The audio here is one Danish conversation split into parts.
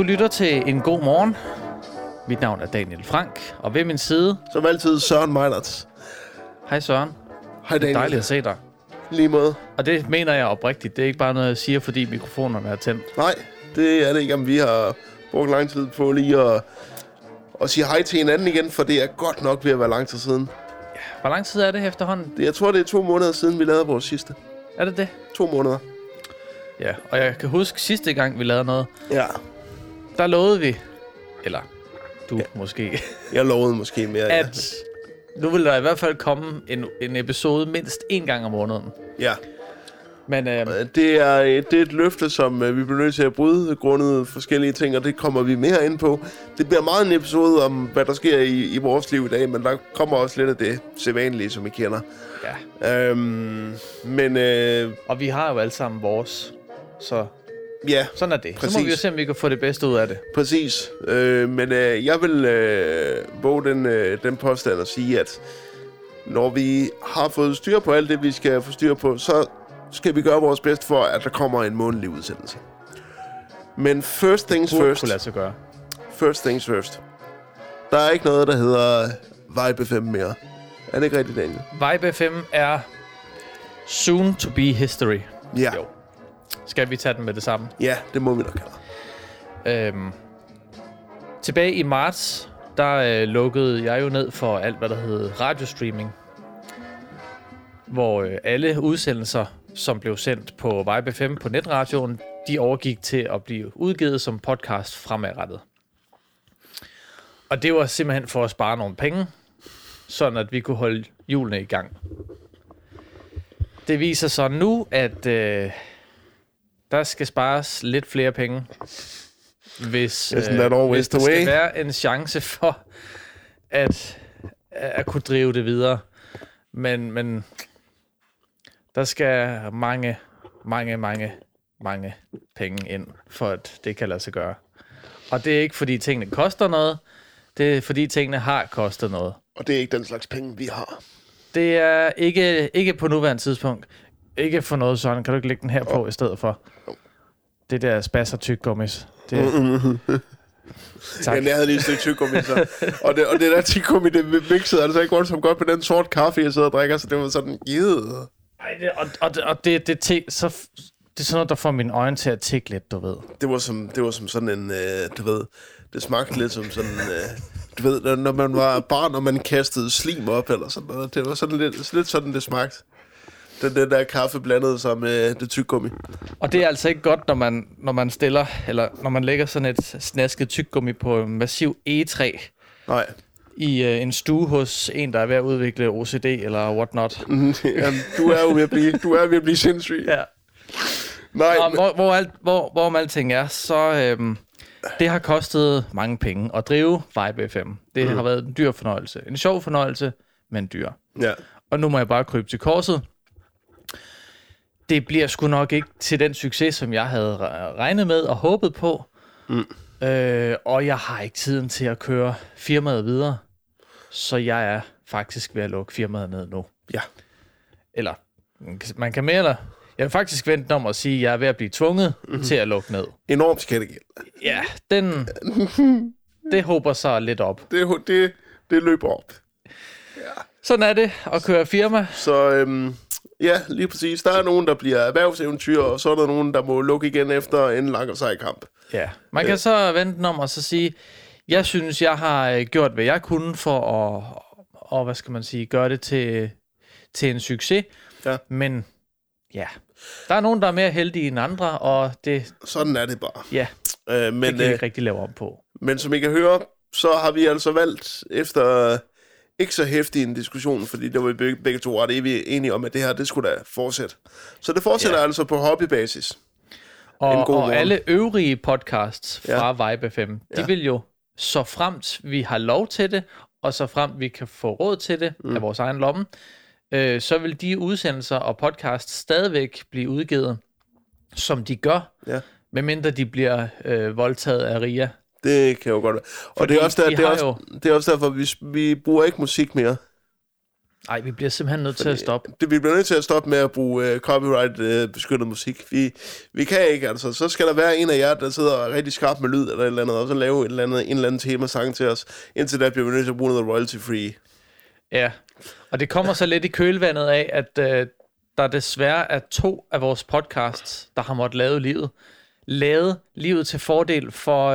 Du lytter til En God Morgen. Mit navn er Daniel Frank, og ved min side... Som altid, Søren Meinerts. Hej Søren. Hej Daniel. Dejligt at se dig. Lige måde. Og det mener jeg oprigtigt. Det er ikke bare noget, jeg siger, fordi mikrofonerne er tændt. Nej, det er det ikke. Jamen, vi har brugt lang tid på lige at sige hej til hinanden igen, for det er godt nok ved at være lang tid siden. Ja, hvor lang tid er det efterhånden? Jeg tror, det er 2 måneder siden, vi lavede vores sidste. Er det det? 2 måneder. Ja, og jeg kan huske sidste gang, vi lavede noget. Ja. Der lovede vi, eller du måske, Jeg lovede måske mere. at nu vil der i hvert fald komme en episode mindst 1 gang om måneden. Ja. Men Det er et løfte, som vi bliver nødt til at bryde, grundet forskellige ting, og det kommer vi mere ind på. Det bliver meget en episode om, hvad der sker i vores liv i dag, men der kommer også lidt af det sædvanlige, som vi kender. ja, Men og vi har jo alle sammen vores, så ja, sådan er det. Præcis. Så må vi jo se, om vi kan få det bedste ud af det. præcis. Men jeg vil våge den påstand at sige, at når vi har fået styr på alt det, vi skal få styr på, så skal vi gøre vores bedste for, at der kommer en månedlig udsendelse. Men first things first. Kunne lade sig gøre. First things first. Der er ikke noget, der hedder Vibe FM mere. Er det ikke rigtigt, Daniel? Vibe FM er soon to be history. Ja. Jo. Skal vi tage den med det samme? Ja, det må vi nok have. Tilbage i marts, der lukkede jeg jo ned for alt, hvad der hed radiostreaming. Hvor alle udsendelser, som blev sendt på Vibe FM på netradioen, de overgik til at blive udgivet som podcast fremadrettet. Og det var simpelthen for at spare nogle penge, sådan at vi kunne holde hjulene i gang. Det viser så nu, at der skal spares lidt flere penge, hvis der skal være en chance for at kunne drive det videre. Men der skal mange penge ind, for at det kan lade sig gøre. Og det er ikke, fordi tingene koster noget. Det er, fordi tingene har kostet noget. Og det er ikke den slags penge, vi har. Det er ikke på nuværende tidspunkt. Ikke for noget sådan. Kan du ikke lægge den her på i stedet for? Det der spasser tyggegummis. Tak. Jeg havde lige et stykke tyggegummi, så. og det der tyggegummi, det mixede altså ikke voldsomt godt med den sort kaffe, jeg sidder og drikker, så det var sådan, Og det er sådan noget, der får mine øjne til at tikke lidt, du ved. Det var som sådan en, du ved, det smagte lidt som sådan, du ved, når man var barn, og man kastede slim op, eller sådan noget. Det var sådan lidt sådan, det smagte. Den der kaffe blandede sig med det tyggegummi. Og det er altså ikke godt, når man stiller, eller når man lægger sådan et snasket tyggegummi på en massiv egetræ. Nej. I en stue hos en, der er ved at udvikle OCD eller whatnot. Jamen, du er jo ved at blive sindssyg. Ja. Nej. Hvor alting er, så det har kostet mange penge at drive Vibe FM. Det har været en dyr fornøjelse. En sjov fornøjelse, men dyr. Ja. Og nu må jeg bare krybe til korset. Det bliver sgu nok ikke til den succes, som jeg havde regnet med og håbet på. Og jeg har ikke tiden til at køre firmaet videre. Så jeg er faktisk ved at lukke firmaet ned nu. Ja. Eller, man kan mere eller... Jeg vil faktisk vente om at sige, at jeg er ved at blive tvunget til at lukke ned. Enormt skattegæld. Ja, det håber så lidt op. Det løber op. Ja. Sådan er det at køre firma. Så ja, lige præcis. Der er nogen, der bliver erhvervseventyr, og så er der nogen, der må lukke igen efter en lang og sej kamp. Ja, man kan så vente om og så sige, jeg synes, jeg har gjort, hvad jeg kunne for at hvad skal man sige, gøre det til en succes. Ja. Men ja, der er nogen, der er mere heldige end andre, og det... Sådan er det bare. Ja, men, det kan jeg ikke rigtig lave om på. Men som I kan høre, så har vi altså valgt efter ikke så hæftig en diskussion, fordi der var vi begge to ret enige om, at det her, det skulle da fortsætte. Så det fortsætter altså på hobbybasis. Og alle øvrige podcasts fra Vibe FM, de vil jo, så fremt vi har lov til det, og så fremt vi kan få råd til det af vores egen lomme, så vil de udsendelser og podcasts stadigvæk blive udgivet, som de gør, medmindre de bliver voldtaget af RIA. Det kan jo godt være. Og det er også derfor, vi bruger ikke musik mere. Nej, vi bliver simpelthen nødt til at stoppe. Vi bliver nødt til at stoppe med at bruge copyright-beskyttet musik. Vi kan ikke, altså. Så skal der være en af jer, der sidder rigtig skarp med lyd eller et eller andet, og så lave en eller anden temasang til os. Indtil da bliver vi nødt til at bruge noget royalty-free. Ja, og det kommer så lidt i kølvandet af, at der desværre er 2 af vores podcasts, der har måttet lave livet til fordel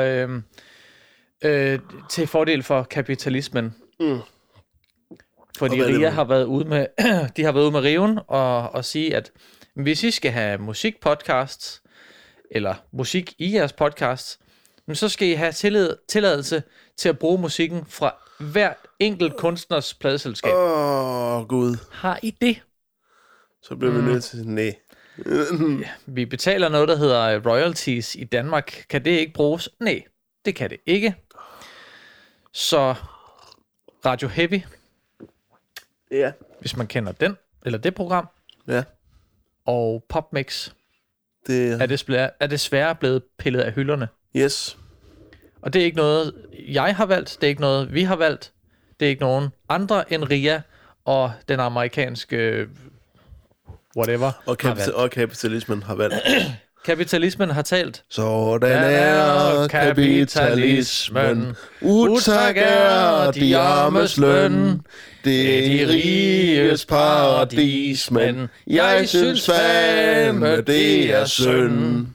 for kapitalismen. Fordi RIA har været ude med riven og sige, at hvis I skal have musikpodcasts eller musik i jeres podcasts, så skal I have tilladelse til at bruge musikken fra hver enkelt kunstners pladeselskab. Gud. Har I det? Så bliver vi nødt til nej. Vi betaler noget, der hedder royalties i Danmark. Kan det ikke bruges? Nej, det kan det ikke. Så Radio Heavy, ja, hvis man kender den, eller det program, ja, og PopMix, er desværre blevet pillet af hylderne. Yes. Og det er ikke noget, jeg har valgt, det er ikke noget, vi har valgt, det er ikke nogen andre end RIA og den amerikanske whatever. Og kapitalismen har valgt. Kapitalismen har talt. Sådan er kapitalismen. Utak er de armes løn. Det er de riges paradis, men jeg synes fandme, det er synd.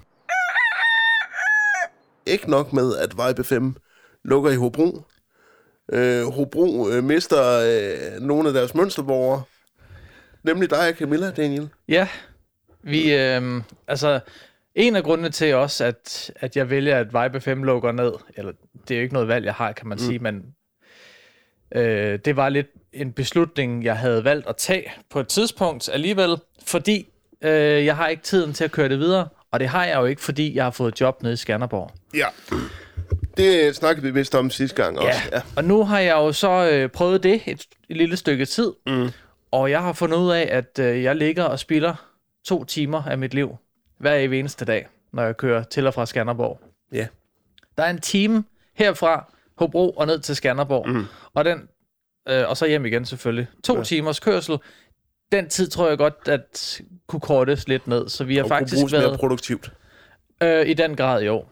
Ikke nok med, at Vibe FM lukker i Hobro. Hobro mister nogle af deres mønsterborgere. Nemlig dig og Camilla, Daniel. Ja, vi, en af grundene til også, at jeg vælger, at Vibe FM lukker ned, eller det er jo ikke noget valg, jeg har, kan man sige, men det var lidt en beslutning, jeg havde valgt at tage på et tidspunkt alligevel, fordi jeg har ikke tiden til at køre det videre, og det har jeg jo ikke, fordi jeg har fået job nede i Skanderborg. Ja, det snakkede vi vist om sidste gang også. Ja, og nu har jeg jo så prøvet det et lille stykke tid, og jeg har fundet ud af, at jeg ligger og spiller 2 timer af mit liv hver eneste dag, når jeg kører til og fra Skanderborg. Ja. Der er en time herfra Hobro og ned til Skanderborg, og så hjem igen selvfølgelig. 2 timers kørsel. Den tid tror jeg godt, at kunne kortes lidt ned, så vi har faktisk været mere produktivt. I den grad, jo.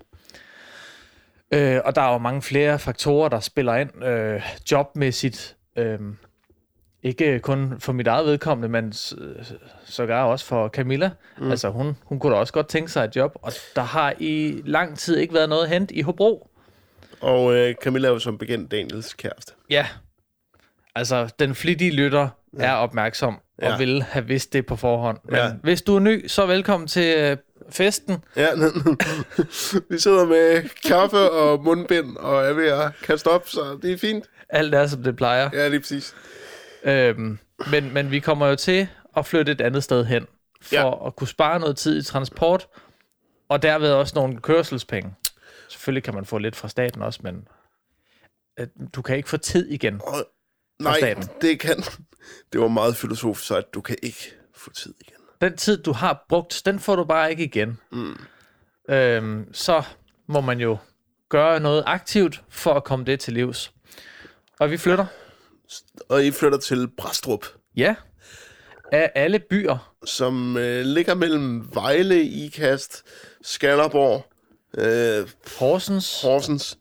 Og der er jo mange flere faktorer, der spiller ind jobmæssigt. Ikke kun for mit eget vedkommende, men sågar også for Camilla. Altså, hun kunne da også godt tænke sig et job, og der har i lang tid ikke været noget hent i Hobro. Og Camilla er jo som bekendt Daniels kæreste. Ja. Altså, den flittige lytter er opmærksom og vil have vidst det på forhånd. Men hvis du er ny, så velkommen til festen. Ja, vi sidder med kaffe og mundbind og er ved at kaste op, så det er fint. Alt er, som det plejer. Ja, lige præcis. Men vi kommer jo til at flytte et andet sted hen, for at kunne spare noget tid i transport, og derved også nogle kørselspenge. Selvfølgelig kan man få lidt fra staten også, men du kan ikke få tid igen fra staten. Det var meget filosofisk, så at du kan ikke få tid igen. Den tid, du har brugt, den får du bare ikke igen. Så må man jo gøre noget aktivt for at komme det til livs. Og vi flytter. Og I flytter til Brastrup. Ja, af alle byer. Som ligger mellem Vejle, Ikast, Skanderborg, Horsens.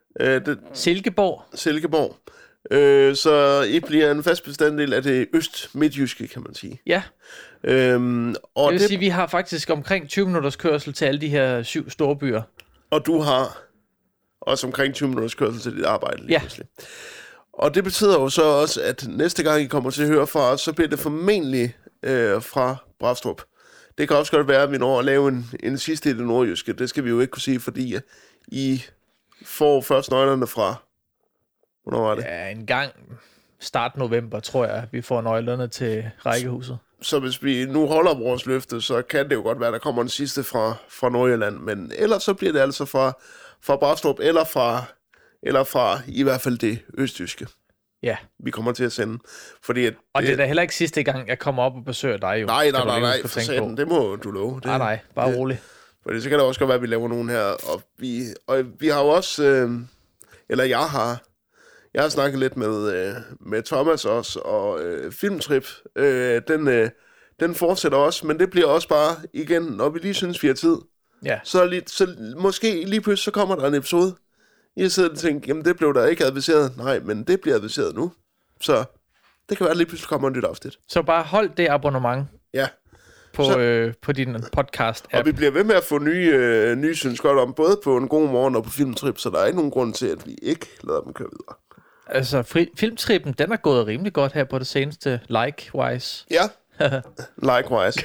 Silkeborg. Så I bliver en fast bestanddel af det øst-midtjyske, kan man sige. Ja. Og det vil sige, at vi har faktisk omkring 20 minutters kørsel til alle de her 7 store byer. Og du har også omkring 20 minutters kørsel til dit arbejde. Ja. Pludselig. Og det betyder jo så også, at næste gang I kommer til at høre fra os, så bliver det formentlig fra Brastrup. Det kan også godt være, at vi når at lave en sidste i det nordjyske. Det skal vi jo ikke kunne sige, fordi I får først nøglerne fra... Hvornår var det? Ja, en gang start november, tror jeg, vi får nøglerne til rækkehuset. Så hvis vi nu holder vores løfte, så kan det jo godt være, der kommer en sidste fra Nordjylland. Men ellers så bliver det altså fra Brastrup, eller fra i hvert fald det østjyske. Ja. Vi kommer til at sende. Fordi det er da heller ikke sidste gang, jeg kommer op og besøger dig jo. Nej, for satan, det må du love. Nej, bare roligt. Fordi så kan det også godt være, at vi laver nogen her. Og vi har jo også, eller jeg Jeg har snakket lidt med Thomas også, og Filmtrip, den fortsætter også, men det bliver også bare, igen, når vi lige synes, vi har tid. Ja. Så måske lige pludselig, så kommer der en episode. Jeg sidder og tænker, jamen det blev der ikke adviseret. Nej, men det bliver adviseret nu. Så det kan være, at lige pludselig kommer en nyt afsnit. Så bare hold det abonnement. Ja. På din podcast-app. Og vi bliver ved med at få nye synes godt om, både på En God Morgen og på Filmtrip, så der er ikke nogen grund til, at vi ikke lader dem køre videre. Altså, Filmtrippen, den er gået rimelig godt her på det seneste, likewise. Ja, likewise.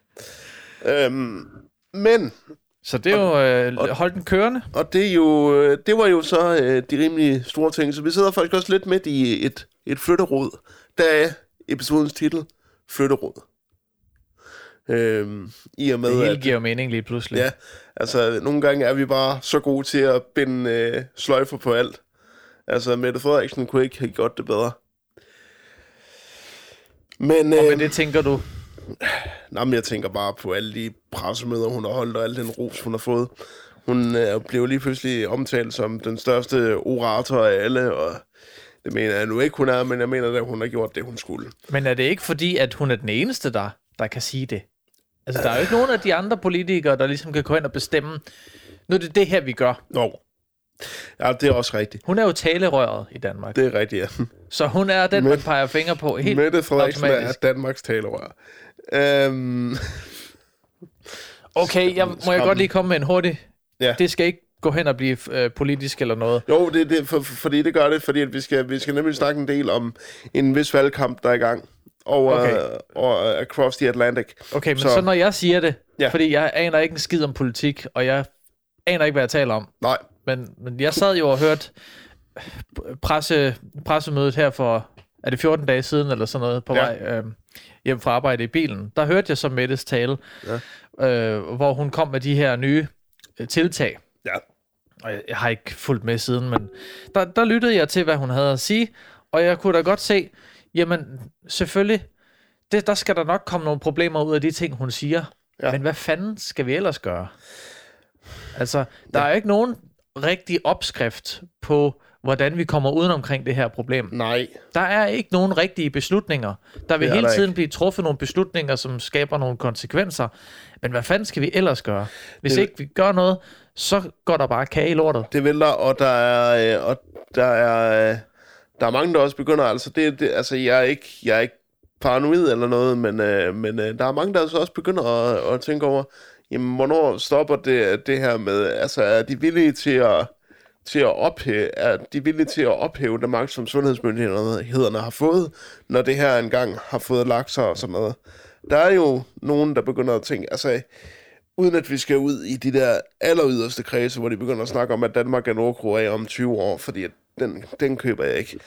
Men... Så det er jo holdt den kørende. Og det var jo så de rimelig store ting, så vi sidder faktisk også lidt midt i et flytterod. Der er episodens titel, Flytterod. I og med, det hele giver mening lige pludselig. Ja, altså nogle gange er vi bare så gode til at binde sløjfer på alt. Altså Mette Frederiksen kunne ikke have gjort det bedre. Men, og med det tænker du? Men jeg tænker bare på alle de pressemøder, hun har holdt, og al den ros, hun har fået. Hun blev lige pludselig omtalt som den største orator af alle, og det mener jeg nu ikke, hun er, men jeg mener, at hun har gjort det, hun skulle. Men er det ikke fordi, at hun er den eneste, der kan sige det? Altså, der er jo ikke nogen af de andre politikere, der ligesom kan gå ind og bestemme, nu er det her, vi gør. Nå. Ja, det er også rigtigt. Hun er jo talerøret i Danmark. Det er rigtigt, ja. Så hun er den, man peger fingre på helt Mette Frederiksen er Danmarks talerør. Okay, må jeg godt lige komme med en hurtig... Ja. Det skal ikke gå hen og blive politisk eller noget. Jo, fordi det gør det, fordi at vi skal nemlig snakke en del om en vis valgkamp, der er i gang. Og across the Atlantic. Okay, men så når jeg siger det, fordi jeg aner ikke en skid om politik, og jeg aner ikke, hvad jeg taler om. Nej. Men jeg sad jo og hørte pressemødet her for, er det 14 dage siden, eller sådan noget, på vej hjem fra arbejde i bilen. Der hørte jeg så Mettes tale, hvor hun kom med de her nye tiltag. Ja. Og jeg har ikke fulgt med siden, men der lyttede jeg til, hvad hun havde at sige, og jeg kunne da godt se, jamen selvfølgelig, der skal der nok komme nogle problemer ud af de ting, hun siger. Ja. Men hvad fanden skal vi ellers gøre? Altså, der er ikke nogen rigtig opskrift på, hvordan vi kommer uden omkring det her problem. Nej. Der er ikke nogen rigtige beslutninger. Der vil hele tiden blive truffet nogle beslutninger, som skaber nogle konsekvenser. Men hvad fanden skal vi ellers gøre? Hvis ikke vi gør noget, så går der bare kage i lortet. Det vil der, og der er mange, der også begynder, altså jeg er ikke paranoid eller noget, men der er mange, der altså også begynder at tænke over, jamen, hvornår stopper det her med, altså er de villige til at ophæve den magt, som sundhedsmyndighederne har fået, når det her engang har fået lagt sig og sådan noget. Der er jo nogen, der begynder at tænke, altså uden at vi skal ud i de der alleryderste kredse, hvor de begynder at snakke om, at Danmark er Nordkorea om 20 år, fordi den køber jeg ikke.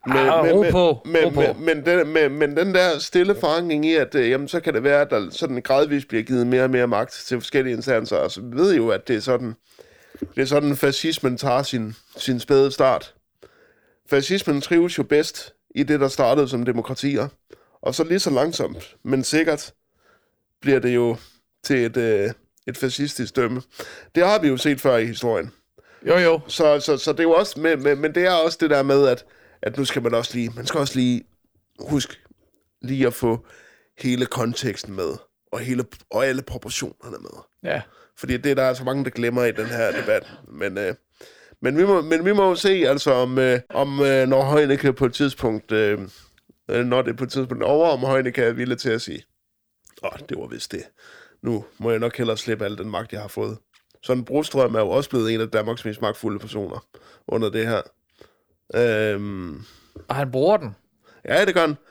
Men den der stille forankring i, at jamen, så kan det være, at der sådan gradvist bliver givet mere og mere magt til forskellige instanser. Altså, vi ved jo, at det er sådan fascismen tager sin spæde start. Fascismen trives jo bedst i det, der startede som demokratier. Og så lige så langsomt, men sikkert, bliver det jo til et fascistisk dømme. Det har vi jo set før i historien. Jo. Så det er jo også, men det er også det der med, at nu skal man skal også lige huske lige at få hele konteksten med, og alle proportionerne med. Ja. Fordi det der er så mange, der glemmer i den her debat. Men vi må jo se, altså om når Heunicke på et tidspunkt, når det på et tidspunkt over, om Heunicke er villig til at sige, det var vist det. Nu må jeg nok hellere slippe al den magt, jeg har fået. Sådan Brostrøm er jo også blevet en af Danmarks mest magtfulde personer under det her. Og han bruger den. Ja, det gør han.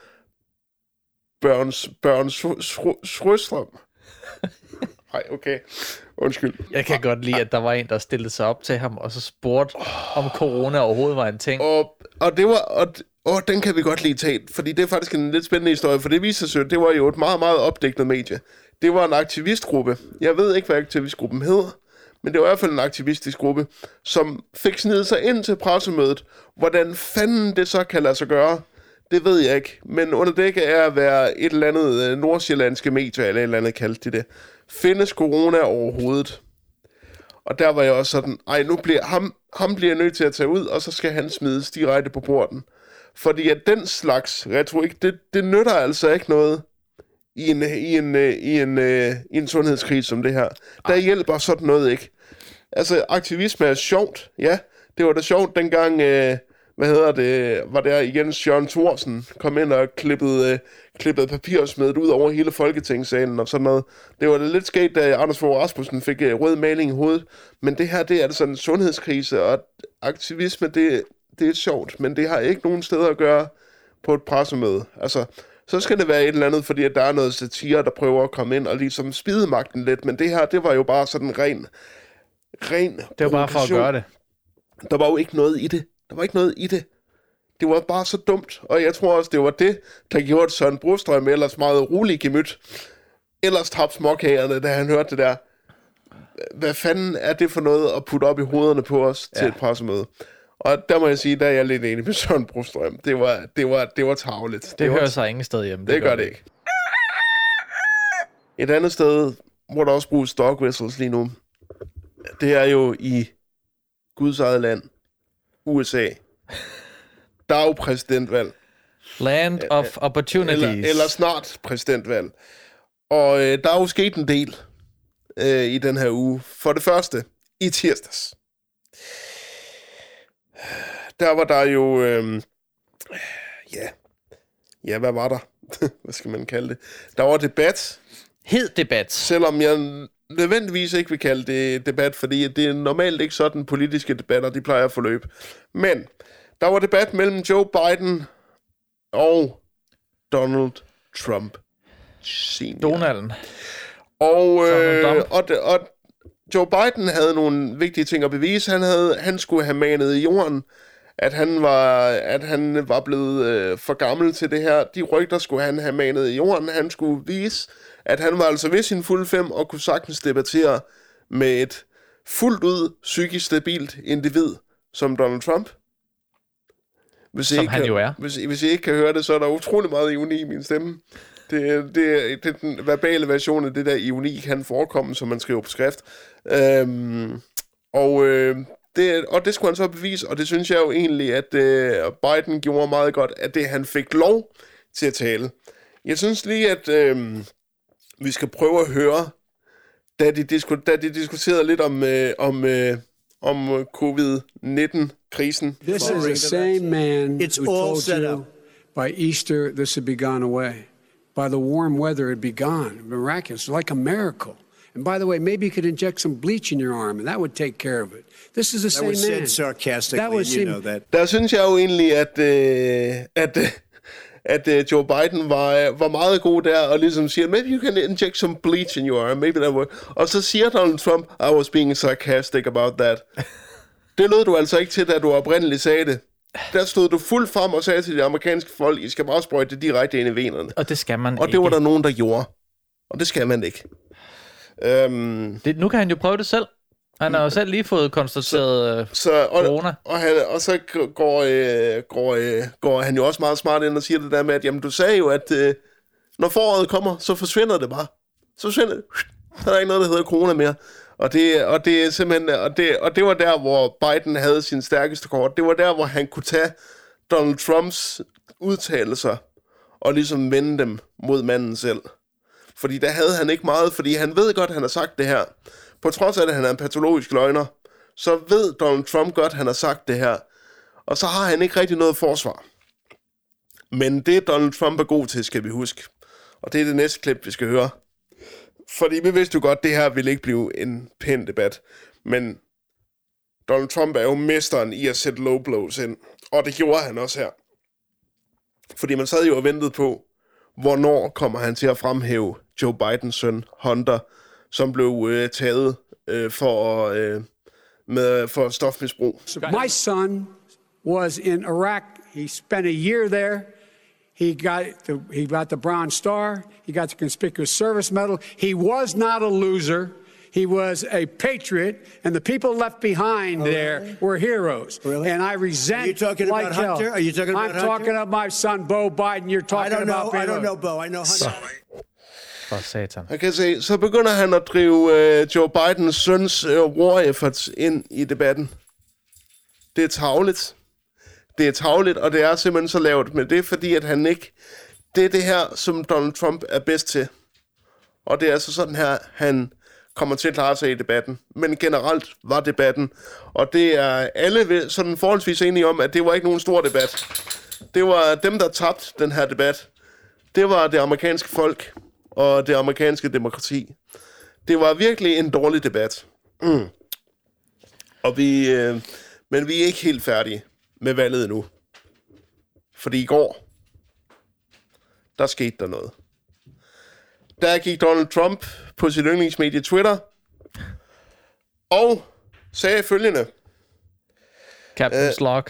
Børn Srøstrøm. Nej, okay. Undskyld. Jeg kan godt lide, at der var en, der stillede sig op til ham, og så spurgte, om corona overhovedet var en ting. Og det var... Og den kan vi godt lige tage, fordi det er faktisk en lidt spændende historie, for det viser sig, det var jo et meget, meget opdækket medie. Det var en aktivistgruppe. Jeg ved ikke, hvad aktivistgruppen hedder, men det var i hvert fald en aktivistisk gruppe, som fik snedet sig ind til pressemødet. Hvordan fanden det så kan lade sig gøre, det ved jeg ikke. Men under dække er at være et eller andet nordsjællandske medier, eller et eller andet kaldt det. Findes corona overhovedet? Og der var jeg også sådan, nu bliver ham bliver jeg nødt til at tage ud, og så skal han smides direkte på porten. Fordi at den slags retorik, det nytter altså ikke noget i en sundhedskrise som det her. Der hjælper sådan noget ikke. Altså, aktivisme er sjovt, ja. Det var da sjovt dengang, var der igen Jørgen Thorsen kom ind og klippede papirsmedet ud over hele Folketingssalen og sådan noget. Det var da lidt sket, da Anders Fogh Rasmussen fik rød maling i hovedet. Men det her, det er sådan en sundhedskrise, og aktivisme, det er sjovt, men det har ikke nogen steder at gøre på et pressemøde. Altså, så skal det være et eller andet, fordi at der er noget satire, der prøver at komme ind og ligesom spide magten lidt. Men det her, det var jo bare sådan ren det var bare for at gøre det. Der var jo ikke noget i det. Der var ikke noget i det. Det var bare så dumt. Og jeg tror også, det var det, der gjorde Søren Brostrøm ellers meget rolig gemyt. Ellers tabte småkagerne, da han hørte det der. Hvad fanden er det for noget at putte op i hovederne på os til et pressemøde? Og der må jeg sige, der er jeg lidt enig med Søren Brostrøm. Det var tarveligt. Det hører sig ingen sted hjemme. Det gør det ikke. Et andet sted, hvor der også bruges dog whistles lige nu, det er jo i Guds eget land, USA. Der er jo præsidentvalg. Land of opportunities. Eller snart præsidentvalg. Og der er jo sket en del i den her uge. For det første, i tirsdags. Der var der jo... hvad var der? Hvad skal man kalde det? Der var debat. Hed debat. Selvom jeg nødvendigvis ikke vil kalde det debat, fordi det er normalt ikke sådan politiske debatter, de plejer at forløbe. Men der var debat mellem Joe Biden og Donald Trump. Donalden. Og Joe Biden havde nogle vigtige ting at bevise. Han skulle have manet i jorden, at han var blevet for gammel til det her. De rygter skulle han have manet i jorden. Han skulle vise, at han var altså ved sin fulde 5 og kunne sagtens debattere med et fuldt ud psykisk stabilt individ som Donald Trump. Hvis I ikke kan høre det, så er der utrolig meget ironi i min stemme. Det er den verbale version af det der ironi kan forekomme, som man skriver på skrift. Det skulle han så bevise, og det synes jeg jo egentlig, at Biden gjorde meget godt, at det han fik lov til at tale. Jeg synes lige, at vi skal prøve at høre, da de diskuterede lidt om covid-19-krisen. This is the same man who told you by Easter this would be gone away. By the warm weather it'd be gone. Miraculous, like a miracle. And by the way, maybe you could inject some bleach in your arm, and that would take care of it. This is the same man. That was said sarcastically, you know that. Der synes jeg jo egentlig, at Joe Biden var meget god der, og ligesom siger, maybe you can inject some bleach in your arm, maybe that would. Og så siger Donald Trump, I was being sarcastic about that. Det lød du altså ikke til, da du oprindeligt sagde det. Der stod du fuldt frem og sagde til de amerikanske folk, I skal bare sprøjte det direkte ind i venerne. Og det skal man ikke. Og det var der nogen, der gjorde. Og det skal man ikke. Nu kan han jo prøve det selv. Han har jo selv lige fået konstateret corona. Og så går han jo også meget smart ind og siger det der med, at jamen, du sagde jo, at når foråret kommer, så forsvinder det bare. Så forsvinder det. Så er der ikke noget, der hedder corona mere. Og det er simpelthen, og det var der, hvor Biden havde sin stærkeste kort. Det var der, hvor han kunne tage Donald Trumps udtalelser og ligesom vende dem mod manden selv. Fordi der havde han ikke meget, fordi han ved godt, han har sagt det her. På trods af, at han er en patologisk løgner, så ved Donald Trump godt, han har sagt det her. Og så har han ikke rigtig noget forsvar. Men det Donald Trump er god til, skal vi huske. Og det er det næste klip, vi skal høre. Fordi vi vidste jo godt, at det her ville ikke blive en pæn debat. Men Donald Trump er jo mesteren i at sætte low blows ind. Og det gjorde han også her. Fordi man sad jo og ventede på, hvornår kommer han til at fremhæve Joe Bidens søn, Hunter, som blev taget for stofmisbrug. My son was in Iraq. He spent a year there. He got the Bronze Star. He got the Conspicuous Service Medal. He was not a loser. He was a patriot, and the people left behind there were heroes. Really? And I resent. Are you talking about Hunter? Are you talking about Hunter? I'm talking about my son, Bo Biden. You're talking about. I don't know Bo. I know Hunter. For satan. Jeg kan se, så begynder han at drive Joe Bidens søns war efforts ind i debatten. Det er tarveligt. Det er tarveligt, og det er simpelthen så lavt. Men det er fordi, at han ikke... Det er det her, som Donald Trump er bedst til. Og det er altså sådan her, han kommer til at klare sig i debatten. Men generelt var debatten. Og det er alle sådan forholdsvis enige om, at det var ikke nogen stor debat. Det var dem, der tabte den her debat. Det var det amerikanske folk og det amerikanske demokrati. Det var virkelig en dårlig debat. Og men vi er ikke helt færdige med valget endnu. Fordi i går, der skete der noget. Der gik Donald Trump på sit yndlingsmedie Twitter og sagde følgende. Captain's Log.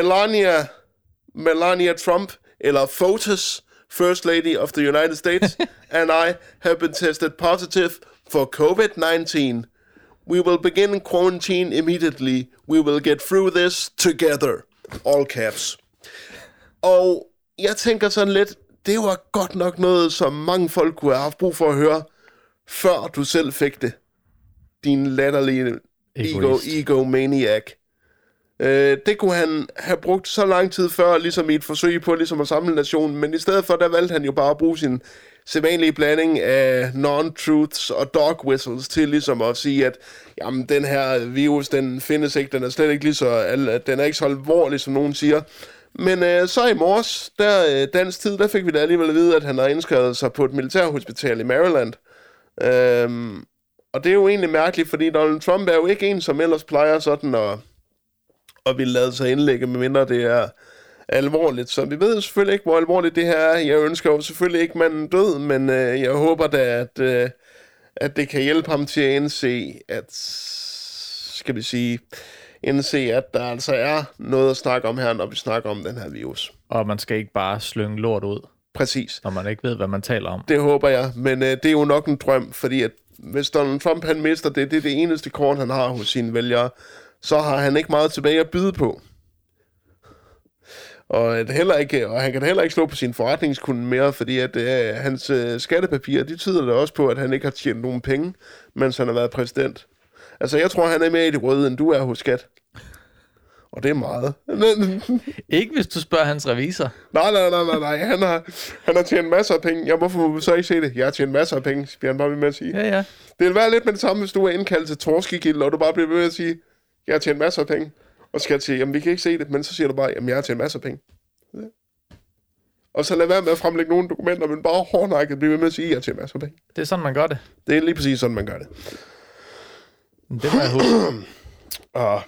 Melania Trump, eller FOTUS, First Lady of the United States, and I have been tested positive for COVID-19. We will begin quarantine immediately. We will get through this together. All caps. Og jeg tænker sådan lidt, det var godt nok noget, som mange folk kunne have haft brug for at høre, før du selv fik det. Din latterlige egomaniac. Det kunne han have brugt så lang tid før, ligesom i et forsøg på ligesom at samle nationen, men i stedet for, der valgte han jo bare at bruge sin sædvanlige blanding af non-truths og dog whistles til ligesom at sige, at jamen, den her virus, den findes ikke, den er slet ikke lige så, den er ikke så alvorlig, som nogen siger. Men så i morges, dansk tid, der fik vi da alligevel at vide, at han har indskrevet sig på et militærhospital i Maryland. Og det er jo egentlig mærkeligt, fordi Donald Trump er jo ikke en, som ellers plejer sådan at ville lade sig indlægge, medmindre det er alvorligt. Så vi ved selvfølgelig ikke, hvor alvorligt det her er. Jeg ønsker jo selvfølgelig ikke manden død, men jeg håber da, at det kan hjælpe ham til at indse, at der altså er noget at snakke om her, når vi snakker om den her virus. Og man skal ikke bare slynge lort ud. Præcis. Når man ikke ved, hvad man taler om. Det håber jeg, men det er jo nok en drøm, fordi at hvis Donald Trump han mister det er det eneste kort, han har hos sine vælgere, så har han ikke meget tilbage at byde på. Og han kan heller ikke slå på sin forretningskunde mere, fordi at hans skattepapirer, de tyder da også på, at han ikke har tjent nogen penge, mens han har været præsident. Altså, jeg tror, han er mere i det røde, end du er hos skat. Og det er meget. Ikke hvis du spørger hans revisor. Nej. Han har tjent masser af penge. Ja, hvorfor må vi så ikke se det? Jeg har tjent masser af penge, bliver han bare ved med at sige. Ja. Det vil være lidt med det samme, hvis du er indkaldt til torskegilde, og du bare bliver ved med at sige, jeg har tjent masser af penge. Og så skal jeg sige, jamen vi kan ikke se det, men så siger du bare, jamen jeg har tjent masser af penge. Ja. Og så lad være med at fremlægge nogle dokumenter, men bare hårdnakket blive ved med at sige, jeg har tjent masser af penge. Det er sådan, man gør det. Det er lige præcis sådan, man gør det. Det må jeg huske.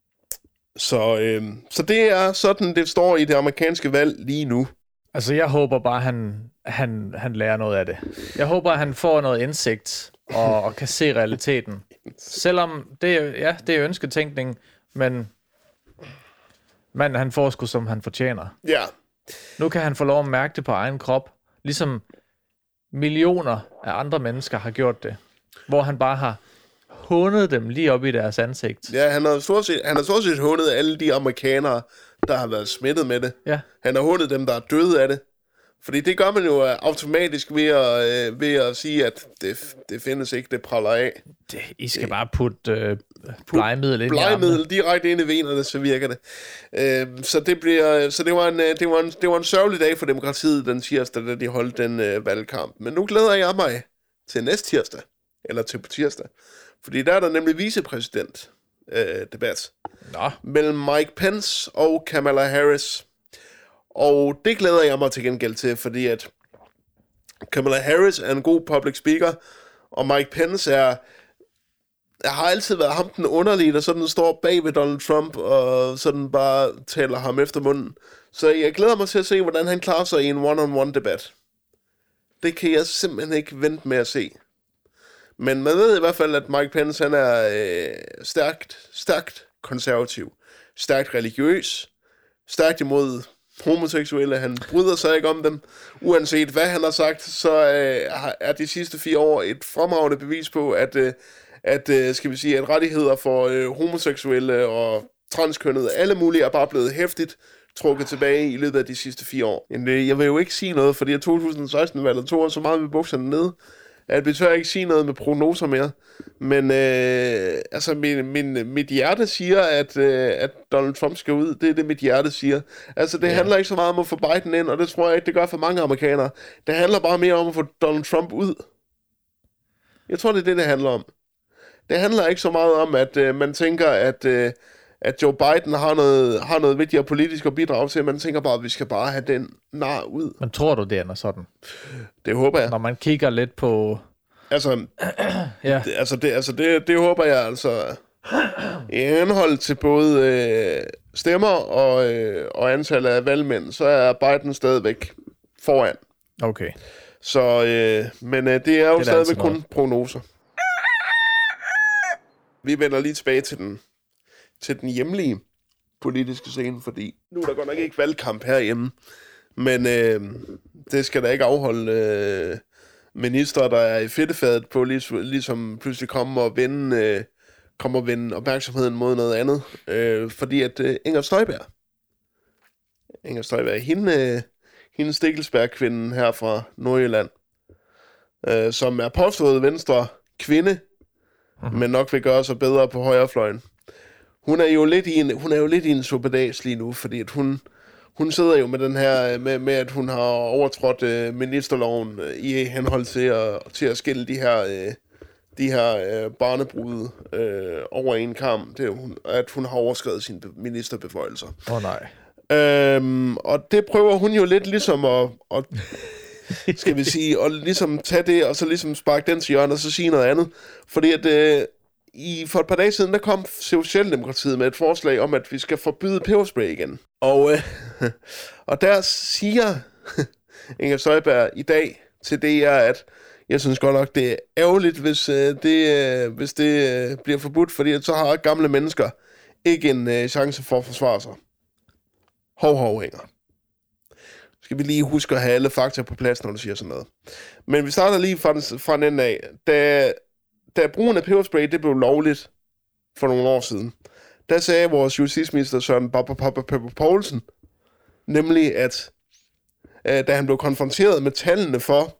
Så det er sådan, det står i det amerikanske valg lige nu. Altså, jeg håber bare, han lærer noget af det. Jeg håber, han får noget indsigt og kan se realiteten. Selvom det er ønsketænkning, men han får sgu, som han fortjener. Ja. Nu kan han få lov at mærke det på egen krop, ligesom millioner af andre mennesker har gjort det, hvor han bare har hånet dem lige op i deres ansigt. Ja, han har stort set hånet alle de amerikanere, der har været smittet med det. Ja. Han har hånet dem, der er døde af det. Fordi det gør man jo automatisk ved at sige, at det findes ikke, det praller af. I skal bare putte blegemiddel ind i blegemiddel direkte ind i venerne, så virker det. Så det var en sørgelig dag for demokratiet den tirsdag, da de holdt den valgkamp. Men nu glæder jeg mig til næste tirsdag, eller til på tirsdag. Fordi der er der nemlig vicepræsident debat mellem Mike Pence og Kamala Harris. Og det glæder jeg mig til gengæld til, fordi at Kamala Harris er en god public speaker, og Mike Pence har altid været ham den underlige, der sådan står bag ved Donald Trump, og sådan bare taler ham efter munden. Så jeg glæder mig til at se, hvordan han klarer sig i en one-on-one debat. Det kan jeg simpelthen ikke vente med at se. Men man ved i hvert fald, at Mike Pence, han er stærkt konservativ, stærkt religiøs, stærkt imod homoseksuelle. Han bryder sig ikke om dem. Uanset hvad han har sagt, så er de sidste 4 år et fremragende bevis på, at rettigheder for homoseksuelle og transkønnede, alle mulige, er bare blevet hæftigt trukket tilbage i løbet af de sidste 4 år. Men jeg vil jo ikke sige noget, fordi 2016-valget tog så meget ved bukserne ned, at vi tør ikke sige noget med prognoser mere. Men altså, mit hjerte siger, at Donald Trump skal ud. Det er det, mit hjerte siger. Altså, det handler ikke så meget om at få Biden ind, og det tror jeg ikke, det gør for mange amerikanere. Det handler bare mere om at få Donald Trump ud. Jeg tror, det er det handler om. Det handler ikke så meget om, at man tænker, at Joe Biden har noget vigtigere politisk at bidrage til. Man tænker bare, at vi skal bare have den nar ud. Men tror du, det ender sådan? Det håber jeg. Når man kigger lidt på... Altså, det håber jeg altså. I henhold til både stemmer og antallet af valgmænd, så er Biden stadigvæk foran. Okay. Så, men det er jo stadigvæk kun prognoser. Vi vender lige tilbage til den hjemlige politiske scene, fordi nu er der godt nok ikke valgkamp herhjemme, men det skal da ikke afholde minister, der er i fedtefadet på, ligesom pludselig kommer og vende opmærksomheden mod noget andet, fordi at Inger Støjberg, hende Stikkelsberg-kvinden her fra Nordjylland, som er påstået venstre kvinde, men nok vil gøre sig bedre på højrefløjen. Hun er jo lidt i en suppedags lige nu, fordi at hun sidder jo med den her med at hun har overtrådt ministerloven i henhold til at skille de her barnebrud over en kam. Det er at hun har overskredet sine ministerbeføjelser. Nej. Og det prøver hun jo lidt ligesom at skal vi sige, og ligesom tage det, og så ligesom sparke den til hjørnet, og så sige noget andet. Fordi at for et par dage siden, der kom Socialdemokratiet med et forslag om, at vi skal forbyde peberspray igen. Og der siger Inger Støjberg i dag til DR, at jeg synes godt nok, det er ærgerligt, hvis det bliver forbudt, fordi så har gamle mennesker ikke en chance for at forsvare sig. Hov, Inger. Skal vi lige huske at have alle fakta på plads, når du siger sådan noget. Men vi starter lige fra den ende af. Da brugen af peberspray, det blev lovligt for nogle år siden, der sagde vores justitsminister Søren Poulsen, nemlig at da han blev konfronteret med tallene for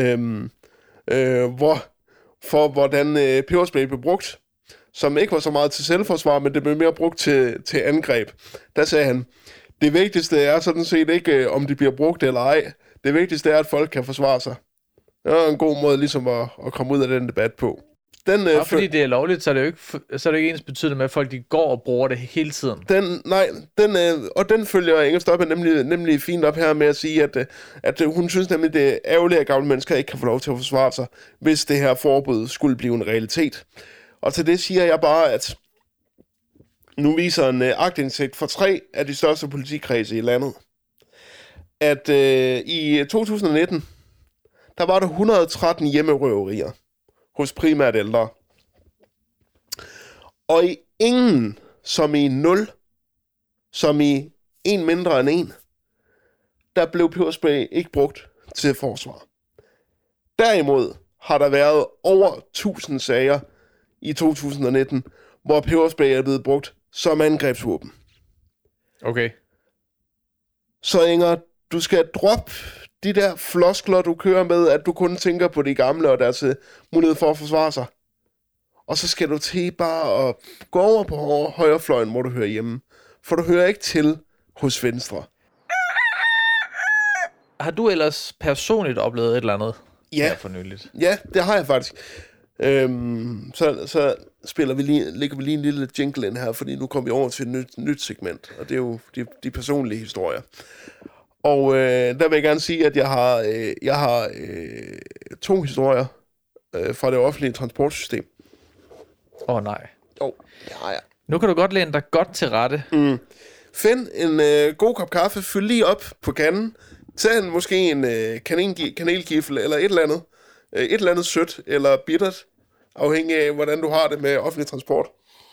hvordan peberspray blev brugt, som ikke var så meget til selvforsvar, men det blev mere brugt til angreb, der sagde han, det vigtigste er sådan set ikke, om de bliver brugt eller ej. Det vigtigste er, at folk kan forsvare sig. Det er en god måde ligesom at komme ud af den debat på. Fordi det er lovligt, så er det jo ikke ens betydende med, at folk de går og bruger det hele tiden. Den følger Inger Støjberg nemlig fint op her med at sige, at hun synes nemlig, det er ærgerligt, at gamle mennesker ikke kan få lov til at forsvare sig, hvis det her forbud skulle blive en realitet. Og til det siger jeg bare, at nu viser en aktindsigt for 3 af de største politikredse i landet, at i 2019, der var der 113 hjemmerøverier hos primært ældre. Og i ingen, som i 0, som i en mindre end 1, der blev peberspray ikke brugt til forsvar. Derimod har der været over 1000 sager i 2019, hvor peberspray er blevet brugt som angrebsvåben. Okay. Så Inger, du skal droppe de der floskler, du kører med, at du kun tænker på de gamle og deres mulighed for at forsvare sig. Og så skal du til bare at gå over på højrefløjen, hvor du hører hjemme. For du hører ikke til hos venstre. Har du ellers personligt oplevet et eller andet? Ja. For nyligt? Ja, det har jeg faktisk. Så lægger vi lige en lille jingle ind her, fordi nu kommer vi over til et nyt segment, og det er jo de personlige historier. Og der vil jeg gerne sige, at jeg har 2 historier fra det offentlige transportsystem. Nej. Det har jeg. Nu kan du godt læne dig godt til rette. Find en god kop kaffe, fyld lige op på kanden, tag måske en kanelgifle eller et eller andet sødt eller bittert, afhængig af, hvordan du har det med offentlig transport.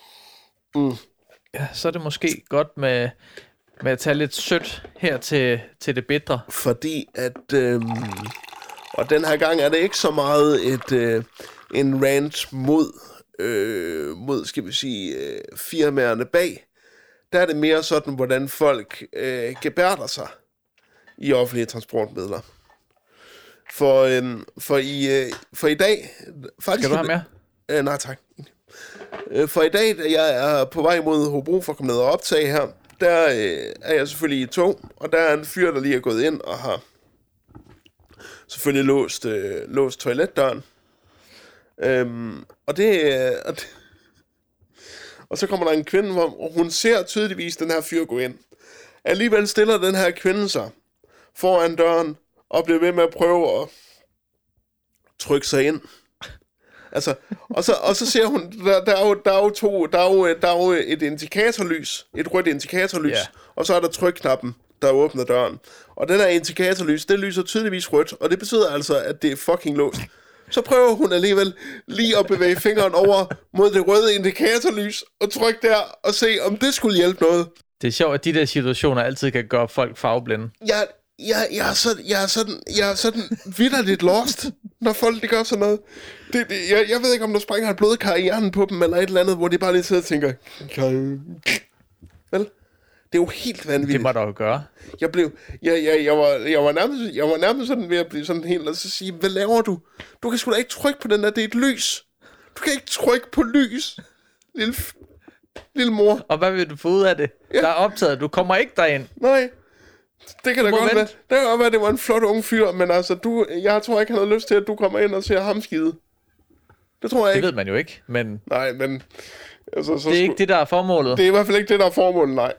Ja, så er det måske godt med at tage lidt sødt her til det bitre. Fordi at, og den her gang er det ikke så meget en rant mod, skal vi sige, firmaerne bag. Der er det mere sådan, hvordan folk gebærder sig i offentlige transportmidler. For i dag... Faktisk, skal du have mere? Nej, tak. For i dag, da jeg er på vej mod Hobro for at komme ned og optage her, der er jeg selvfølgelig i et tog, og der er en fyr, der lige er gået ind og har selvfølgelig låst toiletdøren. Og så kommer der en kvinde, hvor hun ser tydeligvis den her fyr gå ind. Alligevel stiller den her kvinde sig foran døren og bliver ved med at prøve at trykke sig ind. Altså, og så ser hun, der er jo et indikatorlys, et rødt indikatorlys, og så er der trykknappen, der åbner døren. Og den her indikatorlys, det lyser tydeligvis rødt, og det betyder altså, at det er fucking låst. Så prøver hun alligevel lige at bevæge fingeren over mod det røde indikatorlys, og trykke der, og se, om det skulle hjælpe noget. Det er sjovt, at de der situationer altid kan gøre folk farveblinde. Jeg er sådan vitterligt lost, når folk de gør sådan noget. Jeg ved ikke, om der springer et blodkar i hjernen på dem, eller et eller andet, hvor de bare lige sidder og tænker... Vel? Det er jo helt vanvittigt. Det må der jo gøre. Jeg var nærmest sådan ved at blive sådan helt, og så sige, hvad laver du? Du kan sgu da ikke trykke på den der, det er et lys. Du kan ikke trykke på lys, lille mor. Og hvad vil du få ud af det? Ja. Der er optaget, du kommer ikke derind. Nej. Det kan da godt være. Det kan godt være, at det var en flot ung fyr, men altså, jeg tror ikke, han havde lyst til, at du kommer ind og ser ham skide. Det tror jeg ikke. Det ved man jo ikke, men... Nej, men... Altså, det er ikke det, der er formålet. Det er i hvert fald ikke det, der er formålet, nej.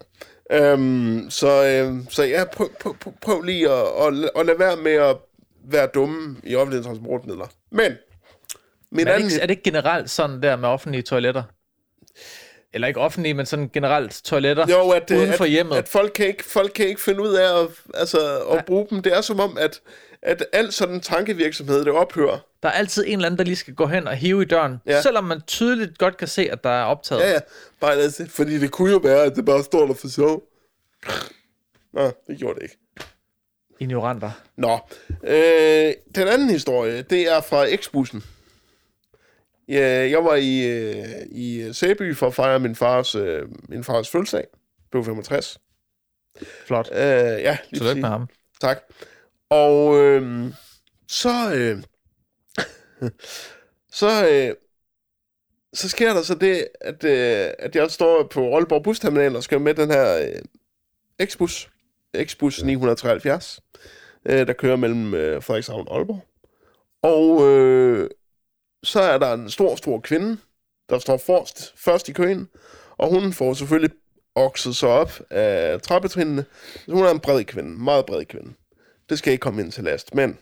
Så ja, prøv lige at lade være med at være dumme i offentlige transportmidler. Men... Er det ikke generelt sådan der med offentlige toiletter? Eller ikke offentlige, men sådan generelt toiletter uden for hjemmet. At folk kan ikke finde ud af at bruge dem. Det er som om, at al sådan tankevirksomhed, det ophører. Der er altid en eller anden, der lige skal gå hen og hive i døren. Ja. Selvom man tydeligt godt kan se, at der er optaget. Ja. Bare altså, fordi det kunne jo være, at det bare står der for sjov. Nå, det gjorde det ikke. Ignoranter. Nå. Den anden historie, det er fra X-bussen. Ja, jeg var i Sæby for at fejre min fars fødselsdag. Blev 65. Flot. Ja, lige tillykke med ham. Tak. Og så sker der så det, at jeg står på Aalborg Busterminal og skal med den her X-bus 973, der kører mellem Frederikshavn og Aalborg. Og så er der en stor kvinde, der står først i køen, og hun får selvfølgelig okset sig op af trappetrinene. Hun er en bred kvinde, meget bred kvinde. Det skal ikke komme ind til last, men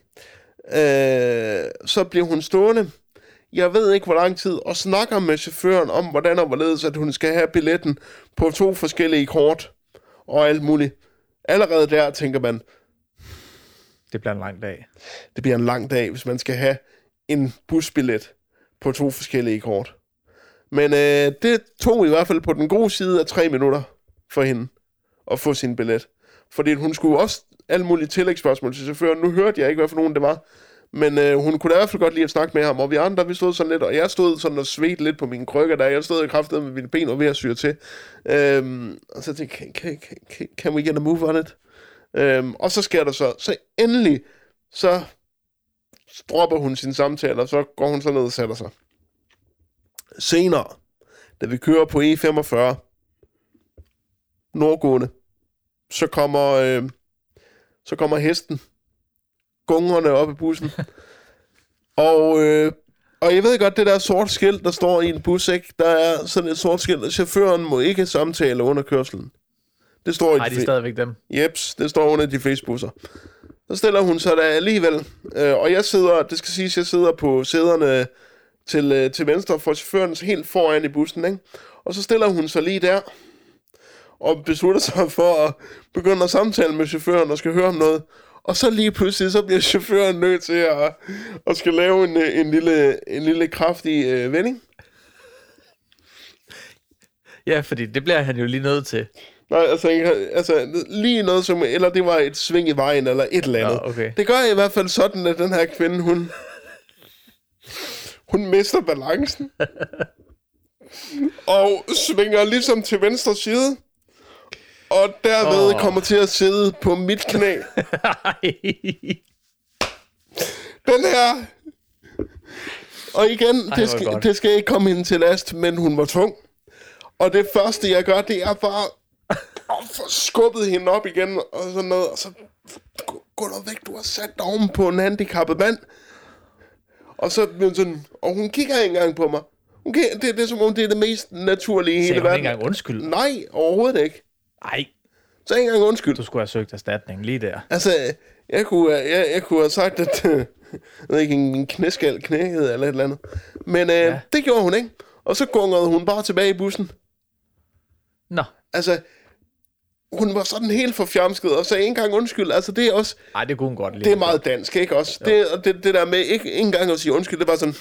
så bliver hun stående, jeg ved ikke hvor lang tid, og snakker med chaufføren om, hvordan og hvorledes, at hun skal have billetten på 2 forskellige kort, og alt muligt. Allerede der tænker man, det bliver en lang dag. Det bliver en lang dag, hvis man skal have en busbillet på 2 forskellige kort. Men det tog i hvert fald på den gode side af 3 minutter for hende at få sin billet. Fordi hun skulle også alle mulige tillægsspørgsmål til chaufføren. Nu hørte jeg ikke, hvad for nogen det var. Men hun kunne da i hvert fald godt lide at snakke med ham. Og vi andre, vi stod sådan lidt, og jeg stod sådan og svedte lidt på mine krykker der. Jeg stod i kraftet med mine ben og ved at syre til. Og så tænkte jeg, can we get a move on it? Og så sker der så endelig, så dropper hun sin samtale, og så går hun så ned og sætter sig. Senere, da vi kører på E45, nordgående, så kommer hesten gungerne op i bussen. og jeg ved godt, det der sorte skilt, der står i en bus, ikke? Der er sådan et sort skilt, at chaufføren må ikke samtale under kørslen. Det står nej, de er stadigvæk dem. Jeps, det står under de fleste busser. Så stiller hun sig der alligevel, og jeg sidder på sæderne til venstre for chaufføren helt foran i bussen, ikke? Og så stiller hun sig lige der, og beslutter sig for at begynde at samtale med chaufføren og skal høre om noget. Og så lige pludselig, så bliver chaufføren nødt til at skal lave en lille kraftig vending. Ja, fordi det bliver han jo lige nødt til. Nej, altså lige noget som, eller det var et sving i vejen, eller et eller andet. Ja, okay. Det gør i hvert fald sådan, at den her kvinde, hun mister balancen. Og svinger ligesom til venstre side. Og derved kommer til at sidde på mit knæ. Den her... Og igen, det skal ikke komme hende til last, men hun var tung. Og det første, jeg gør, det er bare at få skubbet hende op igen, og sådan noget, og så gå der væk, du har sat dig oven på en handicappet mand. Og så bliver hun sådan, og hun kigger ikke engang på mig. Det er som om, det er det mest naturlige i hele verden. Sagde hun ikke engang undskyld? Nej, overhovedet ikke. Nej. Så ikke engang undskyld. Du skulle have søgt erstatning lige der. Altså, jeg kunne have sagt, at jeg ved ikke, en knæskal knækkede eller et eller andet. Men det gjorde hun ikke. Og så gungede hun bare tilbage i bussen. Nå. Altså, hun var sådan helt forfjamsket, og sagde ikke engang undskyld. Altså, det er også... Nej, det kunne hun godt lide. Det er meget dansk, ikke også? Det der med ikke engang at sige undskyld, det var sådan...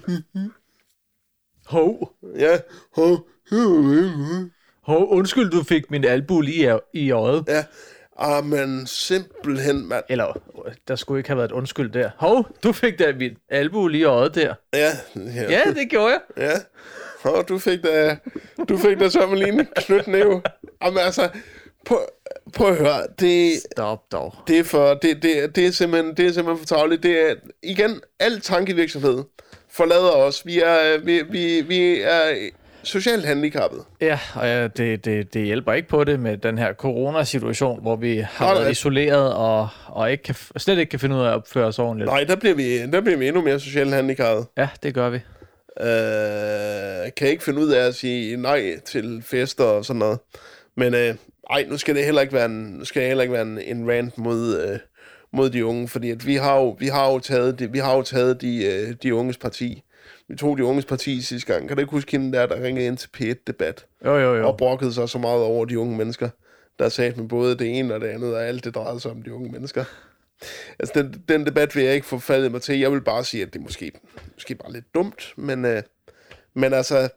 Hov. Ja, hov. Hov, undskyld, du fik min albu lige i øjet. Ja, men simpelthen, mand. Eller, der skulle ikke have været et undskyld der. Hov, du fik da min albu lige i øjet der. Ja, det gjorde jeg. Ja. Og du fik da så med lige en knytnæve. Jamen altså, prøv at høre. Stop dog. Det er simpelthen for tarveligt. Det er, igen, al tankevirksomhed forlader os. Vi er socialt handicappet. Ja, og det hjælper ikke på det med den her coronasituation, hvor vi har været isoleret og slet ikke kan finde ud af at opføre os ordentligt. Nej, der bliver vi endnu mere socialt handicappet. Ja, det gør vi. Kan ikke finde ud af at sige nej til fester og sådan noget. Men nu skal det heller ikke være en rant mod de unge, fordi at vi har jo taget de unges parti. Vi tog de unges parti sidste gang. Kan du ikke huske hende der ringede ind til P1-debat? Jo. Og brokkede sig så meget over de unge mennesker, der sagde med både det ene og det andet, og alt det drejede sig om de unge mennesker. Altså, den debat vil jeg ikke få faldet mig til. Jeg vil bare sige, at det måske bare lidt dumt, men altså,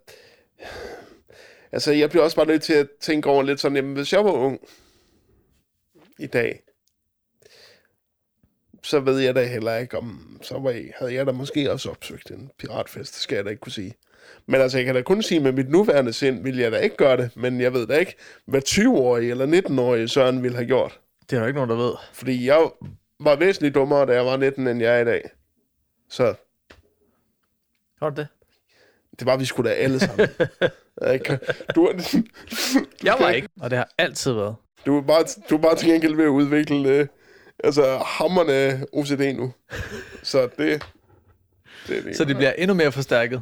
jeg bliver også bare nødt til at tænke over lidt sådan, jamen, hvis jeg var ung i dag, så ved jeg da heller ikke, havde jeg da måske også opsøgt en piratfest, det skal jeg da ikke kunne sige. Men altså, jeg kan da kun sige, med mit nuværende sind vil jeg da ikke gøre det, men jeg ved da ikke, hvad 20-årige eller 19-årige Søren ville have gjort. Det er der ikke nogen, der ved. Fordi jeg var væsentligt dummere, da jeg var 19, end jeg er i dag. Så... Har du det? Det var vi sgu da alle sammen. Jeg var ikke, og det har altid været. Du er bare til gengæld ved at udvikle hammerne OCD nu. Så det så det bliver endnu mere forstærket.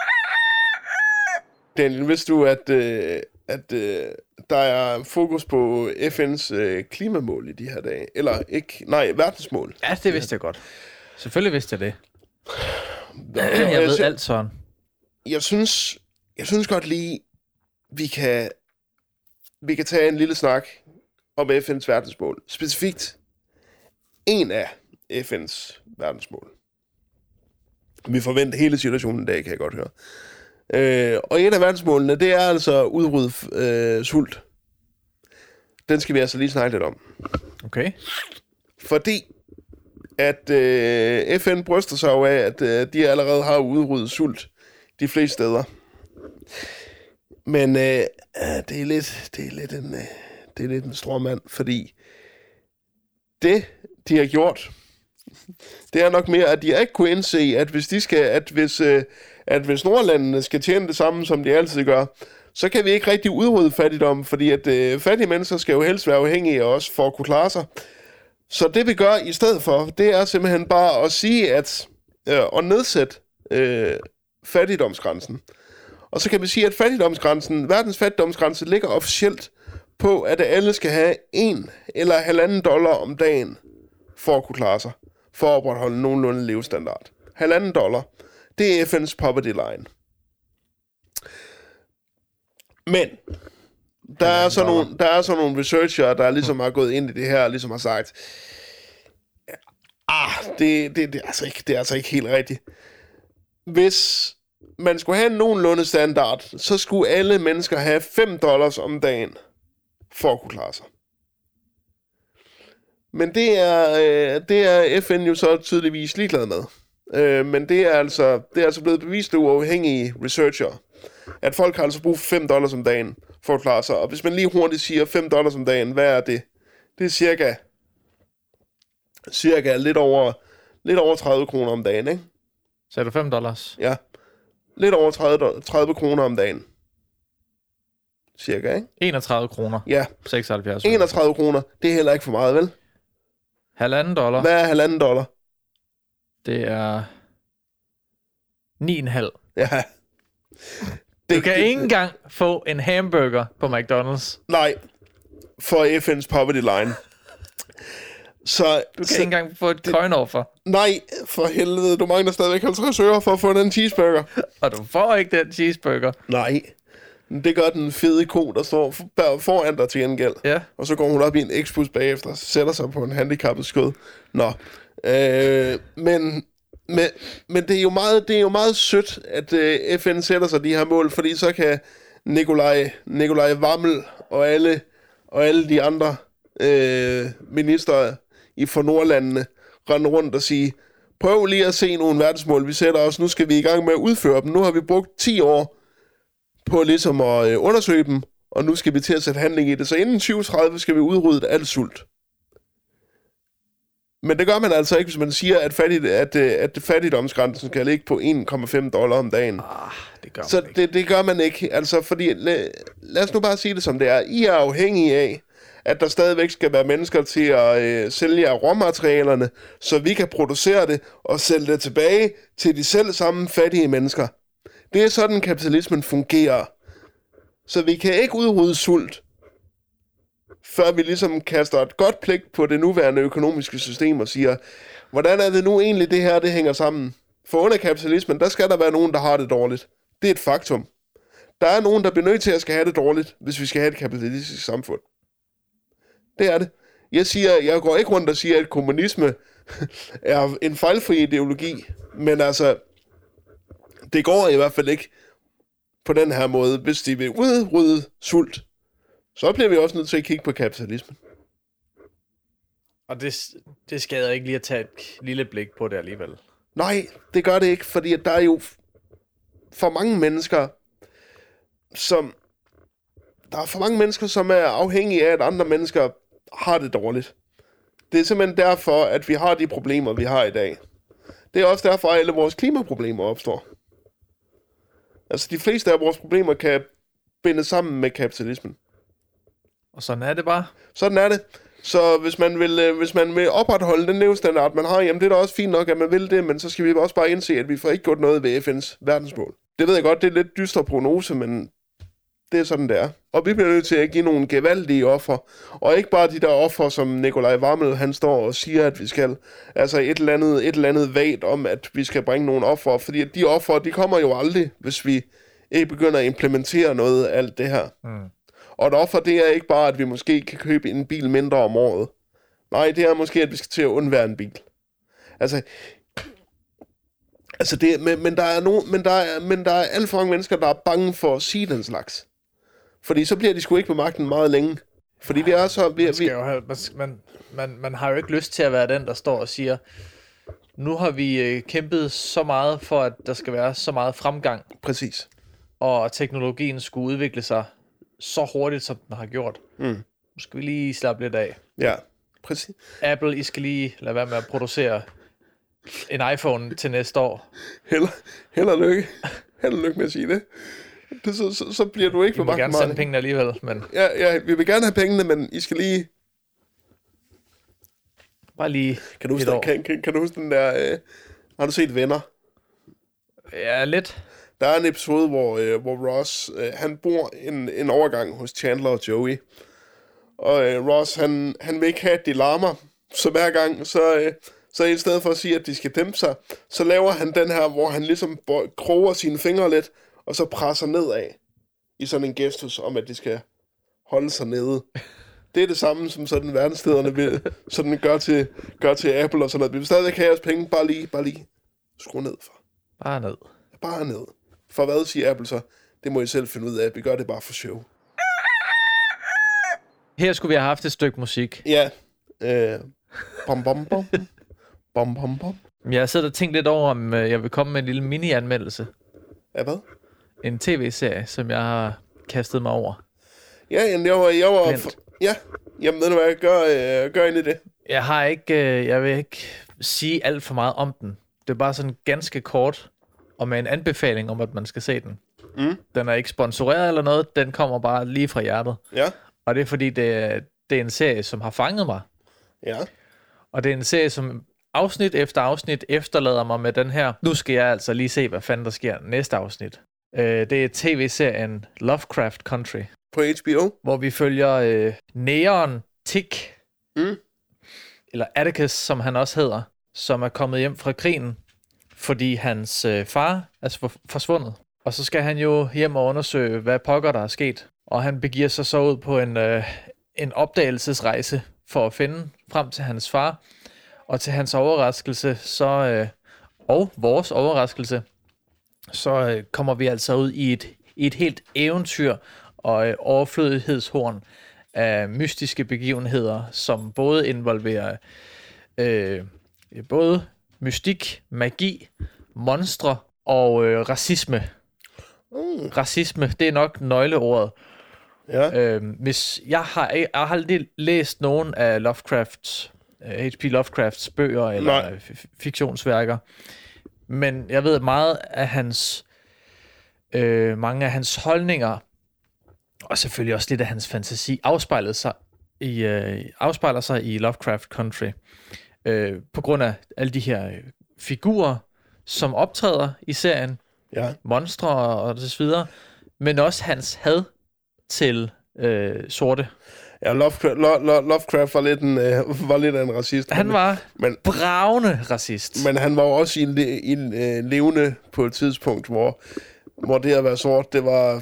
Daniel, vidste du, at der er fokus på FN's klimamål i de her dage? Eller ikke? Nej, verdensmål. Ja, det vidste jeg godt. Selvfølgelig vidste jeg det. Jeg ved alt sådan. Jeg synes godt lige, vi kan tage en lille snak om FN's verdensmål. Specifikt en af FN's verdensmål. Vi forventer hele situationen i dag, kan jeg godt høre. Og en af verdensmålene, det er altså udrydde sult. Den skal vi altså lige snakke lidt om. Okay. Fordi at FN bryster sig jo af, at de allerede har udryddet sult de fleste steder. Men det er lidt en stråmand, fordi det, de har gjort, det er nok mere, at de ikke kunne indse, at hvis nordlandene skal tjene det samme, som de altid gør, så kan vi ikke rigtig udrydde fattigdom, fordi at fattige mennesker skal jo helst være afhængige af os for at kunne klare sig. Så det vi gør i stedet for, det er simpelthen bare at sige, at nedsætte fattigdomsgrænsen. Og så kan vi sige, at verdens fattigdomsgrænse ligger officielt på, at alle skal have $1 eller $1,5 om dagen for at kunne klare sig, for at opretholde nogenlunde levestandard. $1,5, det er FN's poverty line. Men der er så nogle researcher, der ligesom har gået ind i det her, og ligesom har sagt, det er altså ikke helt rigtigt. Hvis man skulle have en nogenlunde standard, så skulle alle mennesker have $5 om dagen for at kunne klare sig. Men det er FN jo så tydeligvis ligeglad med. Men det er altså blevet bevist af uafhængige researcher, at folk har altså brug for $5 om dagen for at klare sig. Og hvis man lige hurtigt siger $5 om dagen, hvad er det? Det er cirka lidt over lidt over 30 kroner om dagen, ikke? Sagde du $5? Ja. Lidt over 30 kroner om dagen. Cirka, ikke? 31 kroner. Ja. 76. 31 kroner, det er heller ikke for meget, vel? $1,5. Hvad er $1,5? Det er 9,5. Ja. Du kan ikke engang få en hamburger på McDonald's. Nej, for FN's poverty line. Så, du kan ikke engang få et coin-offer. Nej, for helvede. Du mangler stadigvæk 50 øre for at få den cheeseburger. Og du får ikke den cheeseburger. Nej. Det gør den fede ko, der står foran dig til gengæld. Ja. Og så går hun op i en X-bus bagefter og sætter sig på en handicappet skød. Nå. Men det er jo meget sødt, at FN sætter sig de her mål, fordi så kan Nikolaj Wammen og alle de andre minister for Nordlandene rende rundt og sige, prøv lige at se nogle verdensmål, vi sætter os, nu skal vi i gang med at udføre dem. Nu har vi brugt 10 år på ligesom at undersøge dem, og nu skal vi til at sætte handling i det. Så inden 2030 skal vi udrydde alt sult. Men det gør man altså ikke, hvis man siger, at fattigdomsgrænsen skal ligge på $1,5 om dagen. Det gør så det gør man ikke. Altså, fordi, lad os nu bare sige det som det er. I er afhængige af, at der stadigvæk skal være mennesker til at sælge råmaterialerne, så vi kan producere det og sælge det tilbage til de selv samme fattige mennesker. Det er sådan, kapitalismen fungerer. Så vi kan ikke udrydde sult, før vi ligesom kaster et godt blik på det nuværende økonomiske system og siger, hvordan er det nu egentlig, det her det hænger sammen? For under kapitalismen, der skal der være nogen, der har det dårligt. Det er et faktum. Der er nogen, der bliver nødt til at skal have det dårligt, hvis vi skal have et kapitalistisk samfund. Det er det. Jeg går ikke rundt og siger, at kommunisme er en fejlfri ideologi, men altså, det går i hvert fald ikke på den her måde. Hvis de vil udrydde sult, så bliver vi også nødt til at kigge på kapitalismen. Og det skader ikke lige at tage et lille blik på det alligevel. Nej, det gør det ikke, fordi der er jo for mange mennesker, som er afhængige af, at andre mennesker har det dårligt. Det er simpelthen derfor, at vi har de problemer, vi har i dag. Det er også derfor, at alle vores klimaproblemer opstår. Altså, de fleste af vores problemer kan binde sammen med kapitalismen. Og sådan er det bare. Sådan er det. Så hvis man vil opretholde den levestandard, man har, jamen det er da også fint nok, at man vil det, men så skal vi også bare indse, at vi får ikke gjort noget ved FN's verdensmål. Det ved jeg godt, det er lidt dyster prognose, men det er sådan, det er. Og vi bliver nødt til at give nogle gevaldige offer, og ikke bare de der offer, som Nikolaj Wammen, han står og siger, at vi skal. Altså et eller andet vagt om, at vi skal bringe nogle offer, fordi de offer, de kommer jo aldrig, hvis vi ikke begynder at implementere noget af alt det her. Og et offer, det er ikke bare, at vi måske kan købe en bil mindre om året. Nej, det er måske, at vi skal til at undvære en bil. Altså det, men der er alt for mange mennesker, der er bange for at sige den slags. Fordi så bliver de sgu ikke på magten meget længe. Fordi vi er så... Man har jo ikke lyst til at være den, der står og siger, nu har vi kæmpet så meget for, at der skal være så meget fremgang. Præcis. Og teknologien skulle udvikle sig så hurtigt, som den har gjort. Nu skal vi lige slappe lidt af. Ja, præcis. Apple, I skal lige lade være med at producere en iPhone til næste år. Held og lykke. Held og lykke med at sige det. Så bliver du ikke på magten. Vi vil gerne sende pengene alligevel, men... Ja, vi vil gerne have pengene, men I skal lige... Bare lige kan du huske den der... har du set Venner? Ja, lidt. Der er en episode, hvor Ross, han bor en overgang hos Chandler og Joey. Og Ross, han vil ikke have, at de larmer. Så hver gang, så i stedet for at sige, at de skal dæmpe sig, så laver han den her, hvor han ligesom kroger sine fingre lidt, og så presser nedad i sådan en gestus om, at de skal holde sig nede. Det er det samme, som sådan verdensstederne vil, sådan gør til Apple og sådan noget. Vi vil stadig have jeres penge, bare lige skru ned for. Bare ned. For hvad siger Apple så? Det må I selv finde ud af. Vi gør det bare for show. Her skulle vi have haft et stykke musik. Ja. Bom, bom, bom. Bom, bom, bom. Jeg har siddet og tænkt lidt over, om jeg vil komme med en lille mini-anmeldelse. Ja, hvad? En tv-serie, som jeg har kastet mig over. Ja, jeg var ja, jamen ved du hvad, gør ind i det. Jeg vil ikke sige alt for meget om den. Det er bare sådan ganske kort, og med en anbefaling om, at man skal se den. Den er ikke sponsoreret eller noget, den kommer bare lige fra hjertet. Ja. Og det er fordi, det er en serie, som har fanget mig. Ja. Og det er en serie, som afsnit efter afsnit efterlader mig med den her. Nu skal jeg altså lige se, hvad fanden der sker næste afsnit. Det er tv-serien Lovecraft Country. På HBO? Hvor vi følger Neon Tick, eller Atticus, som han også hedder, som er kommet hjem fra krigen, fordi hans far er forsvundet. Og så skal han jo hjem og undersøge, hvad pokker der er sket. Og han begiver sig så ud på en opdagelsesrejse for at finde frem til hans far. Og til hans overraskelse, og vores overraskelse, så kommer vi altså ud i et helt eventyr og overflødighedshorn af mystiske begivenheder, som både involverer både mystik, magi, monstre og racisme. Racisme, det er nok nøgleordet. Ja. Hvis jeg har aldrig læst nogen af H.P. Lovecrafts bøger eller fiktionsværker, men jeg ved meget af mange af hans holdninger, og selvfølgelig også lidt af hans fantasi, afspejler sig i Lovecraft Country. På grund af alle de her figurer, som optræder i serien, monstre og så videre, men også hans had til sorte. Ja, Lovecraft var lidt af en racist. Han var bravende racist. Men han var også i en levende på et tidspunkt, hvor det at være sort, det var...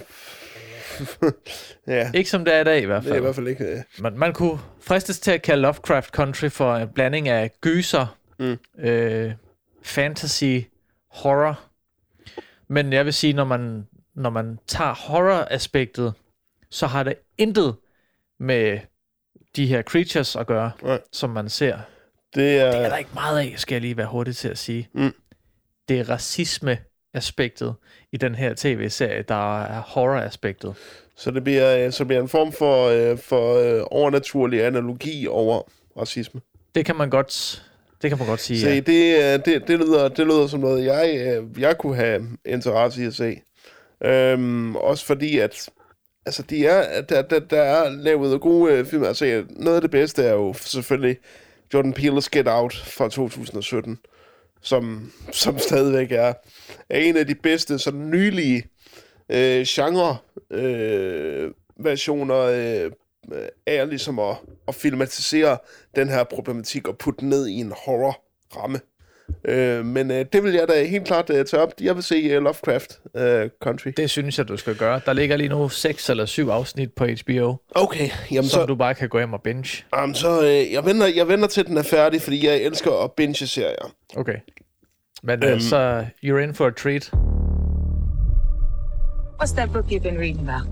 ja. Ikke som det er i dag i hvert fald. Det er i hvert fald ikke... Man kunne fristes til at kalde Lovecraft Country for en blanding af gyser, fantasy, horror. Men jeg vil sige, når man tager horror-aspektet, så har det intet med de her creatures at gøre, som man ser. Det er der ikke meget af, skal jeg lige være hurtig til at sige. Det er racisme-aspektet i den her tv-serie, der er horror-aspektet. Så det bliver en form for overnaturlig analogi over racisme. Det kan man godt sige. Se, det lyder som noget, jeg kunne have interesse i at se. Også fordi, at altså, der er lavet gode film. Altså, noget af det bedste er jo selvfølgelig Jordan Peele's Get Out fra 2017, som stadigvæk er en af de bedste sådan nylige genre-versioner af ligesom at filmatisere den her problematik og putte den ned i en horror-ramme. Men det vil jeg da helt klart tage op. Jeg vil se Lovecraft Country. Det synes jeg, du skal gøre. Der ligger lige nu 6 eller 7 afsnit på HBO. Okay. Jamen, som du bare kan gå hjem og binge. Så jeg venter til den er færdig, fordi jeg elsker at binge-serier. Okay. Men så you're in for a treat. What's that book you've been reading about?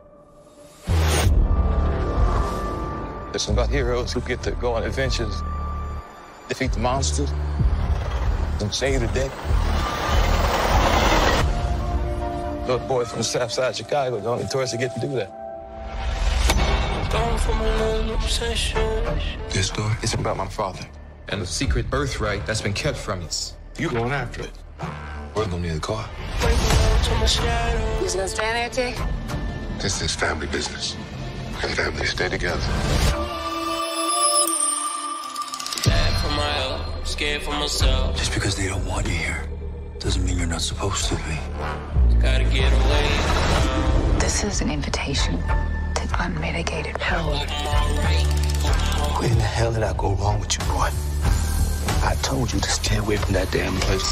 It's about heroes who get to go on adventures, defeat the monsters, and save the day. Little boy from the south side of Chicago, the only tourist to get to do that. This story is about my father and the secret birthright that's been kept from us. You going after it? We're going near the car. You gonna stand there, Jay? This is family business, and families stay together. Scared for myself. Just because they don't want you here doesn't mean you're not supposed to be. Gotta get away. This is an invitation to unmitigated power. Where in the hell did I go wrong with you, boy? I told you to stay away from that damn place.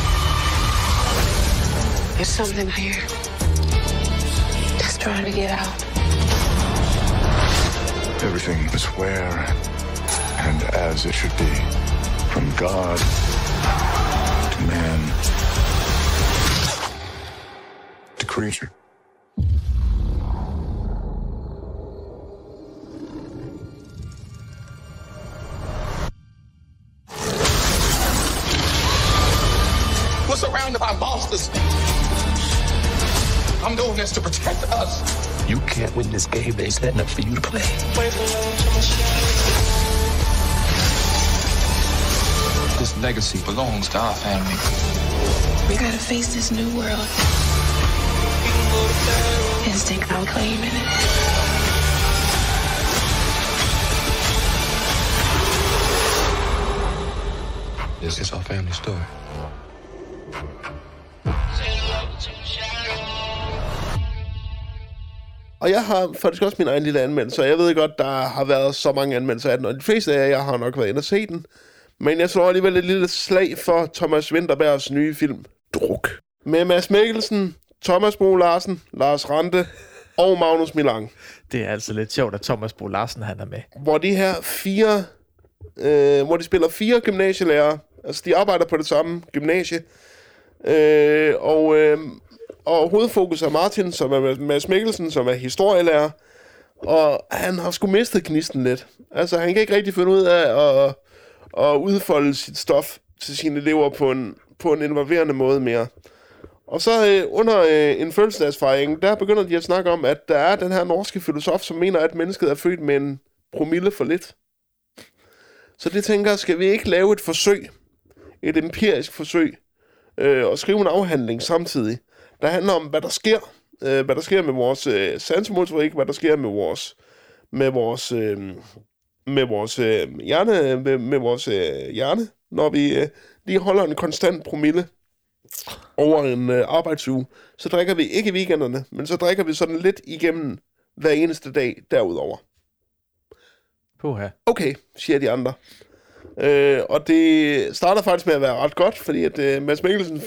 There's something here that's trying to get out. Everything is where and as it should be. From God to man to creature. We're surrounded by monsters. I'm doing this to protect us. You can't win this game they setting up for you to play. This legacy belongs to our family. We gotta face this new world and stake our claim in it. This is our family story. Og jeg har faktisk også min egen lille anmeldelse, og jeg ved godt, der har været så mange anmeldelser af den, og de fleste af jer har nok været inde og se den. Men jeg slår alligevel et lille slag for Thomas Vinterbergs nye film, Druk. Med Mads Mikkelsen, Thomas Bo Larsen, Lars Ranthe og Magnus Milang. Det er altså lidt sjovt, at Thomas Bo Larsen han er med. Hvor de her hvor de spiller 4 gymnasielærere. Altså, de arbejder på det samme gymnasie. Og hovedfokus er Martin, som er Mads Mikkelsen, som er historielærer. Og han har sgu mistet gnisten lidt. Altså, han kan ikke rigtig finde ud af at udfolde sit stof til sine elever på en involverende måde mere. Og så under en fødselsdagsfejring, der begynder de at snakke om, at der er den her norske filosof, som mener, at mennesket er født med en promille for lidt. Så det tænker, skal vi ikke lave et forsøg, et empirisk forsøg, og skrive en afhandling samtidig, der handler om, hvad der sker med vores sansemotorik, hvad der sker med vores hjerne, når vi lige holder en konstant promille over en arbejdsuge. Så drikker vi ikke i weekenderne, men så drikker vi sådan lidt igennem hver eneste dag derudover. Puha. Okay, siger de andre. Og det starter faktisk med at være ret godt, fordi at Mads Mikkelsen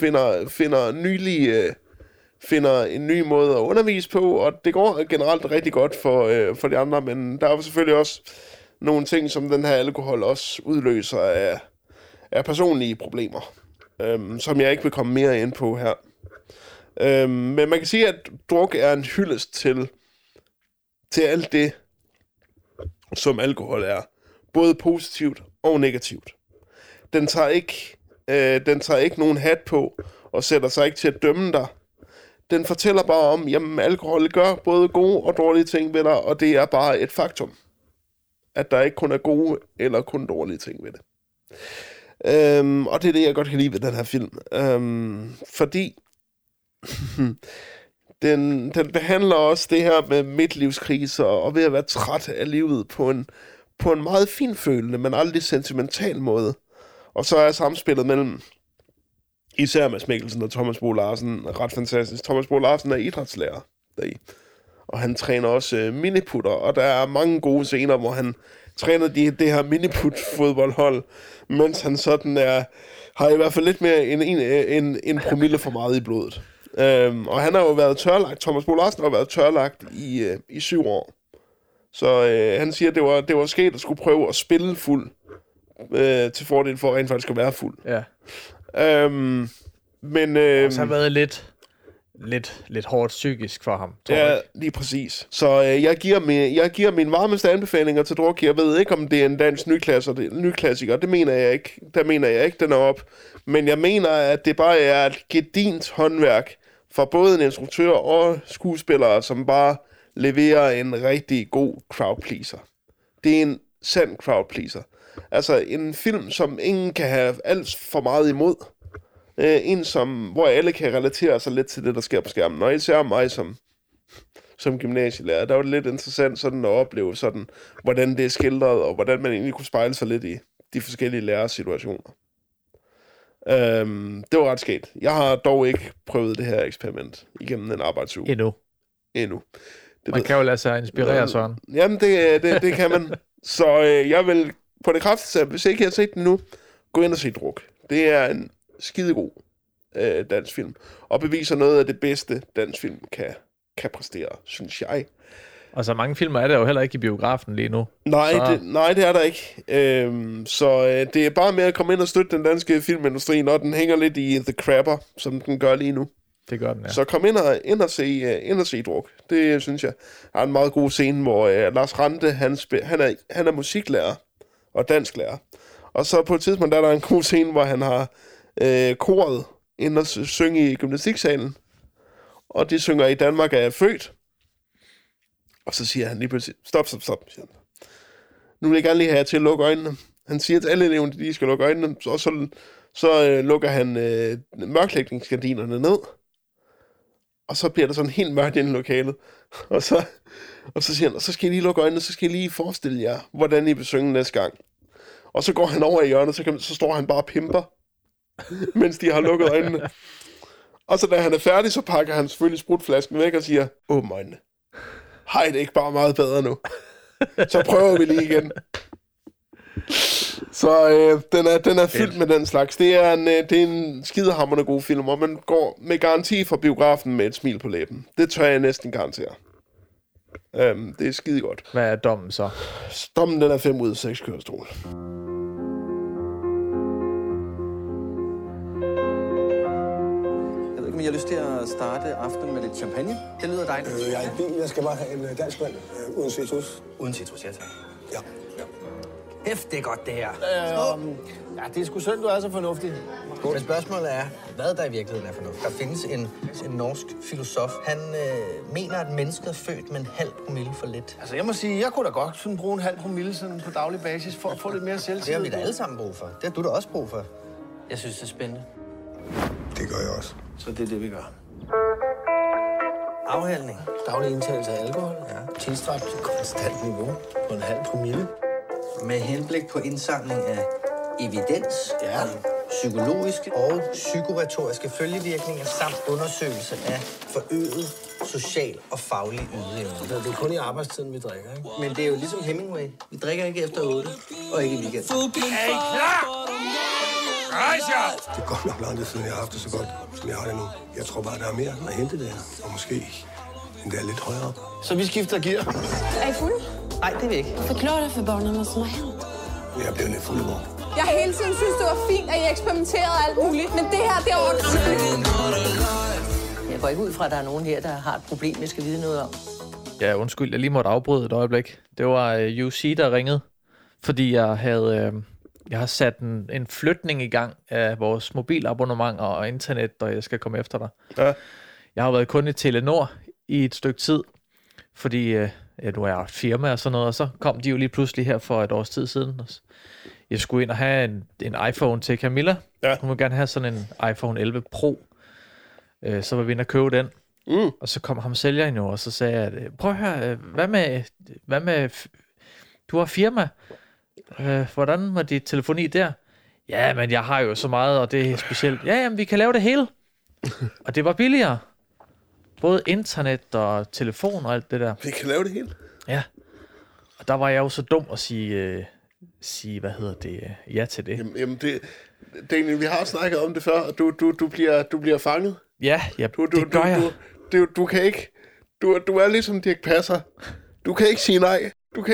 finder en ny måde at undervise på, og det går generelt rigtig godt for de andre, men der er selvfølgelig også nogle ting, som den her alkohol også udløser af personlige problemer, som jeg ikke vil komme mere ind på her. Men man kan sige, at druk er en hyldest til alt det, som alkohol er. Både positivt og negativt. Den tager ikke nogen hat på og sætter sig ikke til at dømme dig. Den fortæller bare om, jamen alkohol gør både gode og dårlige ting ved dig, og det er bare et faktum. At der ikke kun er gode eller kun dårlige ting ved det. Og det er det, jeg godt kan lide ved den her film. Fordi den behandler også det her med midtlivskriser og ved at være træt af livet på en meget finfølende, men aldrig sentimental måde. Og så er samspillet mellem især Mads Mikkelsen og Thomas Bo Larsen ret fantastisk. Thomas Bo Larsen er idrætslærer deri, og han træner også miniputter, og der er mange gode scener, hvor han træner det her miniput-fodboldhold, mens han sådan har i hvert fald lidt mere end en promille for meget i blodet. Og han har jo været tørlagt, Thomas Bo Larsen har været tørlagt i 7 år. Så han siger, at det var sket at skulle prøve at spille fuld til fordel for rent faktisk at være fuld. Ja. Men så har været lidt hårdt psykisk for ham, tror jeg. Lige præcis. Så jeg giver mine varmeste anbefalinger til druk. Jeg ved ikke, om det er en dansk nyklassiker. Det mener jeg ikke. Der mener jeg ikke, den er op. Men jeg mener, at det bare er et gedint håndværk for både en instruktør og skuespillere, som bare leverer en rigtig god crowdpleaser. Det er en sand crowdpleaser. Altså en film, som ingen kan have alt for meget imod. Hvor alle kan relatere sig lidt til det, der sker på skærmen. Og især mig som gymnasielærer, der var det lidt interessant sådan at opleve sådan, hvordan det er skildret, og hvordan man egentlig kunne spejle sig lidt i de forskellige lærersituationer. Det var ret sket. Jeg har dog ikke prøvet det her eksperiment igennem en arbejdsuge. Endnu. Man kan jo lade sig inspirere sådan. Jamen, det kan man. Så jeg vil på det kraftigste, hvis ikke jeg har set den nu, gå ind og se Druk. Det er en skidegod dansk film, og beviser noget af det bedste dansk film kan præstere, synes jeg. Og så mange filmer er der jo heller ikke i biografen lige nu. Nej, det er der ikke. Så det er bare med at komme ind og støtte den danske filmindustri, når den hænger lidt i The Crapper, som den gør lige nu. Det gør den, ja. Så kom ind og se Druk. Det synes jeg er en meget god scene, hvor Lars Ranthe, han er musiklærer og dansklærer. Og så på et tidspunkt, der er en god scene, hvor han har koret ind og synge i gymnastiksalen. Og de synger i Danmark er jeg født. Og så siger han lige pludselig, stop, siger han. Nu vil jeg gerne lige have jer til at lukke øjnene. Han siger til alle eleverne, de skal lukke øjnene, og så lukker han mørklægningsgardinerne ned. Og så bliver der sådan helt mørkt inde i lokalet. Og så siger han, så skal I lige lukke øjnene, så skal I lige forestille jer, hvordan I vil synge næste gang. Og så går han over i hjørnet, så står han bare og pimper, mens de har lukket øjnene. Og så da han er færdig, så pakker han selvfølgelig sprutflasken væk og siger, åbn øjnene. Hej, det er ikke bare meget bedre nu. Så prøver vi lige igen. Så den er fyldt med den slags. Det er en skidehammerende god film, og man går med garanti fra biografen med et smil på læben. Det tør jeg næsten garantere. Det er skide godt. Hvad er dommen så? Dommen, den er 5 ud af 6 kørestol. Men jeg har lyst til at starte aftenen med lidt champagne. Det lyder dejligt. Jeg er i bil. Jeg skal bare have en dansk vand uden citrus. Uden citrus, ja tak. Ja. Hæft, det er godt, det her. Ja, det er sgu synd, du er så fornuftig. Men spørgsmålet er, hvad der i virkeligheden er fornuftigt. Der findes en norsk filosof. Han mener, at mennesket er født med en halv promille for lidt. Altså, jeg må sige, jeg kunne da godt sådan bruge en halv promille sådan på daglig basis for at få lidt mere selvtillid. Det har vi da alle sammen brug for. Det har du da også brug for. Jeg synes, det er spændende. Det gør jeg også. Så det er det, vi gør. Afhældning. Daglig indtagelse af alkohol. Ja. Tilstræbt til konstant niveau på en halv promille. Med henblik på indsamling af evidens, psykologiske og psykoretoriske følgevirkninger samt undersøgelse af forøget social og faglig ydeevne. Det er kun i arbejdstiden, vi drikker, ikke? Men det er jo ligesom Hemingway. Vi drikker ikke efter 8, og ikke i weekenden. Er I klar? Rejs jer! Det er godt nok lang tid siden, jeg har haft det så godt, som jeg har det nu. Jeg tror bare, der er mere at hente der. Og måske endda lidt højere op. Så vi skifter gear. Er I fulde? Nej, det er vi ikke. Forklar dig for barnet, hvad som har hent. Jeg bliver lidt fuld i morgen. Jeg har hele tiden synes det var fint, at I eksperimenterede alt muligt. Men det her, det er overgrænset. Jeg går ikke ud fra, at der er nogen her, der har et problem, jeg skal vide noget om. Ja, undskyld, jeg lige måtte afbryde et øjeblik. Det var UC, der ringede, fordi jeg har sat en flytning i gang af vores mobilabonnementer og internet, og jeg skal komme efter dig. Ja. Jeg har været kunde i Telenor i et stykke tid, fordi nu er jeg et firma og sådan noget, og så kom de jo lige pludselig her for et års tid siden. Jeg skulle ind og have en iPhone til Camilla. Ja. Hun vil gerne have sådan en iPhone 11 Pro. Så var vi inde og købe den. Og så kom ham sælgeren jo, og så sagde jeg, prøv at høre, hvad med du har firma? Hvordan var dit telefoni der? Ja, men jeg har jo så meget, og det er specielt. Ja, jamen, vi kan lave det hele. Og det var billigere. Både internet og telefon og alt det der. Vi kan lave det hele? Ja. Og der var jeg jo så dum at sige ja til det. Jamen Daniel, vi har snakket om det før, og du bliver fanget. Ja, det gør jeg. Du kan ikke. Du er ligesom Dirch Passer. Du kan ikke sige nej.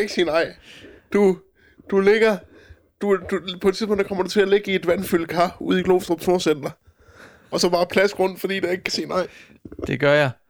Du ligger... på et tidspunkt, der kommer du til at ligge i et vandfyldt kar ude i Glostrup Storcenter. Og så bare plads rundt, fordi der ikke kan sige nej. Det gør jeg.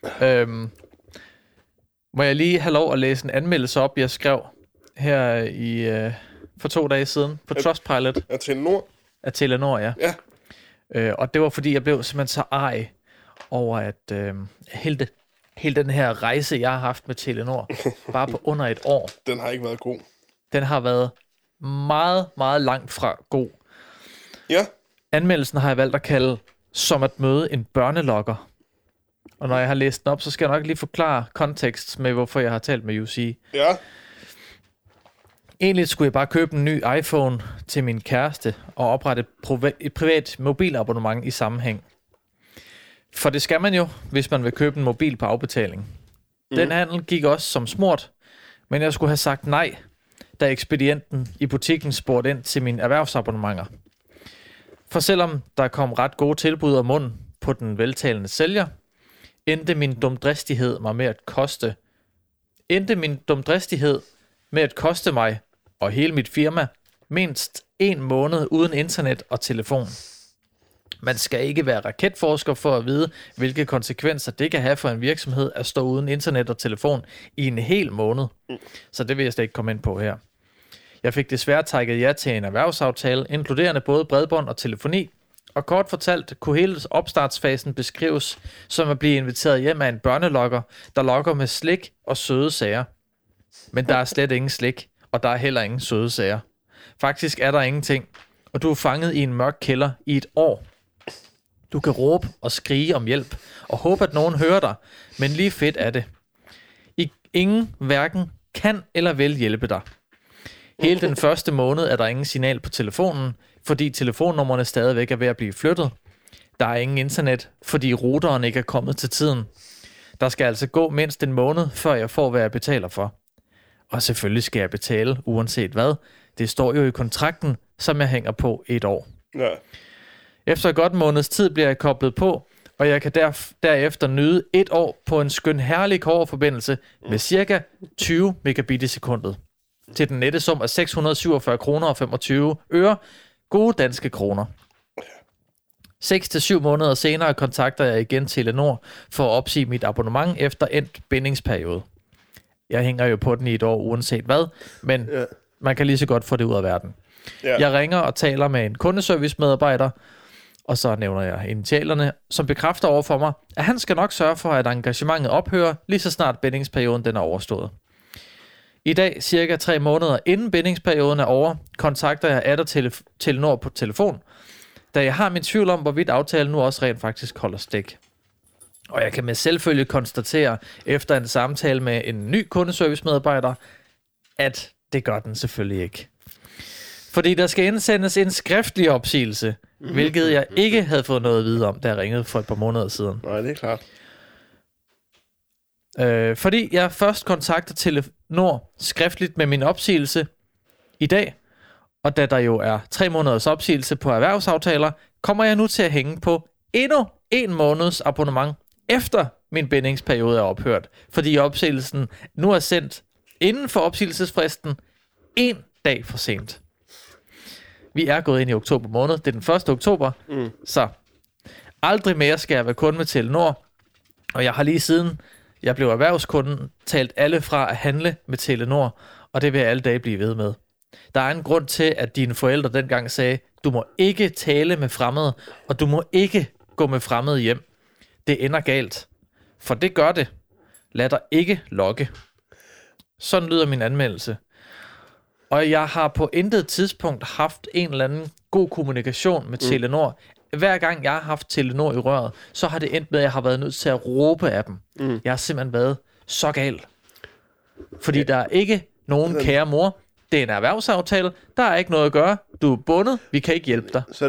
Må jeg lige have lov at læse en anmeldelse op, jeg skrev her for 2 dage siden på Trustpilot. Af Telenor? Af Telenor, ja. Og det var, fordi jeg blev simpelthen så ej over, at hele den her rejse, jeg har haft med Telenor, bare på under et år. Den har ikke været god. Den har været meget, meget langt fra god. Ja. Anmeldelsen har jeg valgt at kalde som at møde en børnelokker. Og når jeg har læst den op, så skal jeg nok lige forklare kontekst med, hvorfor jeg har talt med UC. Ja. Egentlig skulle jeg bare købe en ny iPhone til min kæreste og oprette et privat mobilabonnement i sammenhæng. For det skal man jo, hvis man vil købe en mobil på afbetaling. Den handel gik også som smurt, men jeg skulle have sagt nej, da ekspedienten i butikken spurgte ind til mine erhvervsabonnementer. For selvom der kom ret gode tilbud om munden på den veltalende sælger, endte min dumdristighed med at koste mig og hele mit firma mindst 1 måned uden internet og telefon. Man skal ikke være raketforsker for at vide, hvilke konsekvenser det kan have for en virksomhed at stå uden internet og telefon i en hel måned. Så det vil jeg slet ikke komme ind på her. Jeg fik desværre takket ja til en erhvervsaftale, inkluderende både bredbånd og telefoni, og kort fortalt kunne hele opstartsfasen beskrives som at blive inviteret hjem af en børnelokker, der lokker med slik og søde sager. Men der er slet ingen slik, og der er heller ingen søde sager. Faktisk er der ingenting, og du er fanget i en mørk kælder i et år. Du kan råbe og skrige om hjælp, og håbe, at nogen hører dig, men lige fedt er det. Ingen hverken kan eller vil hjælpe dig. Hele den første måned er der ingen signal på telefonen, fordi telefonnummerne stadigvæk er ved at blive flyttet. Der er ingen internet, fordi routeren ikke er kommet til tiden. Der skal altså gå mindst en måned, før jeg får, hvad jeg betaler for. Og selvfølgelig skal jeg betale, uanset hvad. Det står jo i kontrakten, som jeg hænger på et år. Ja. Efter et godt måneds tid bliver jeg koblet på, og jeg kan derefter nyde et år på en skøn herlig kobberforbindelse med cirka 20 megabit i sekundet. Til den nette sum af 647 kroner og 25 øre. Gode danske kroner. 6-7 måneder senere kontakter jeg igen Telenor for at opsige mit abonnement efter endt bindingsperiode. Jeg hænger jo på den i et år uanset hvad, men man kan lige så godt få det ud af verden. Jeg ringer og taler med en kundeservice-medarbejder, og så nævner jeg initialerne, som bekræfter over for mig, at han skal nok sørge for, at engagementet ophører, lige så snart bindingsperioden den er overstået. I dag, cirka 3 måneder inden bindingsperioden er over, kontakter jeg atter Telenor på telefon, da jeg har min tvivl om, hvorvidt aftalen nu også rent faktisk holder stik. Og jeg kan med selvfølge konstatere, efter en samtale med en ny kundeservice-medarbejder, at det gør den selvfølgelig ikke. Fordi der skal indsendes en skriftlig opsigelse, hvilket jeg ikke havde fået noget at vide om, da jeg ringede for et par måneder siden. Nej, det er klart. Fordi jeg først kontakter Telenor skriftligt med min opsigelse i dag, og da der jo er 3 måneders opsigelse på erhvervsaftaler, kommer jeg nu til at hænge på endnu 1 måneds abonnement, efter min bindingsperiode er ophørt, fordi opsigelsen nu er sendt inden for opsigelsesfristen 1 dag for sent. Vi er gået ind i oktober måned, det er den 1. oktober, så aldrig mere skal jeg være kunde med Telenor, og jeg har lige siden jeg blev erhvervskunden talt alle fra at handle med Telenor, og det vil jeg alle dage blive ved med. Der er en grund til, at dine forældre dengang sagde, du må ikke tale med fremmede, og du må ikke gå med fremmede hjem. Det ender galt. For det gør det. Lad dig ikke lokke. Sådan lyder min anmeldelse. Og jeg har på intet tidspunkt haft en eller anden god kommunikation med Telenor. Hver gang jeg har haft Telenor i røret, så har det endt med, at jeg har været nødt til at råbe af dem. Jeg har simpelthen været så gal. Fordi der er ikke nogen kære mor. Det er en erhvervsaftale. Der er ikke noget at gøre. Du er bundet. Vi kan ikke hjælpe dig. Så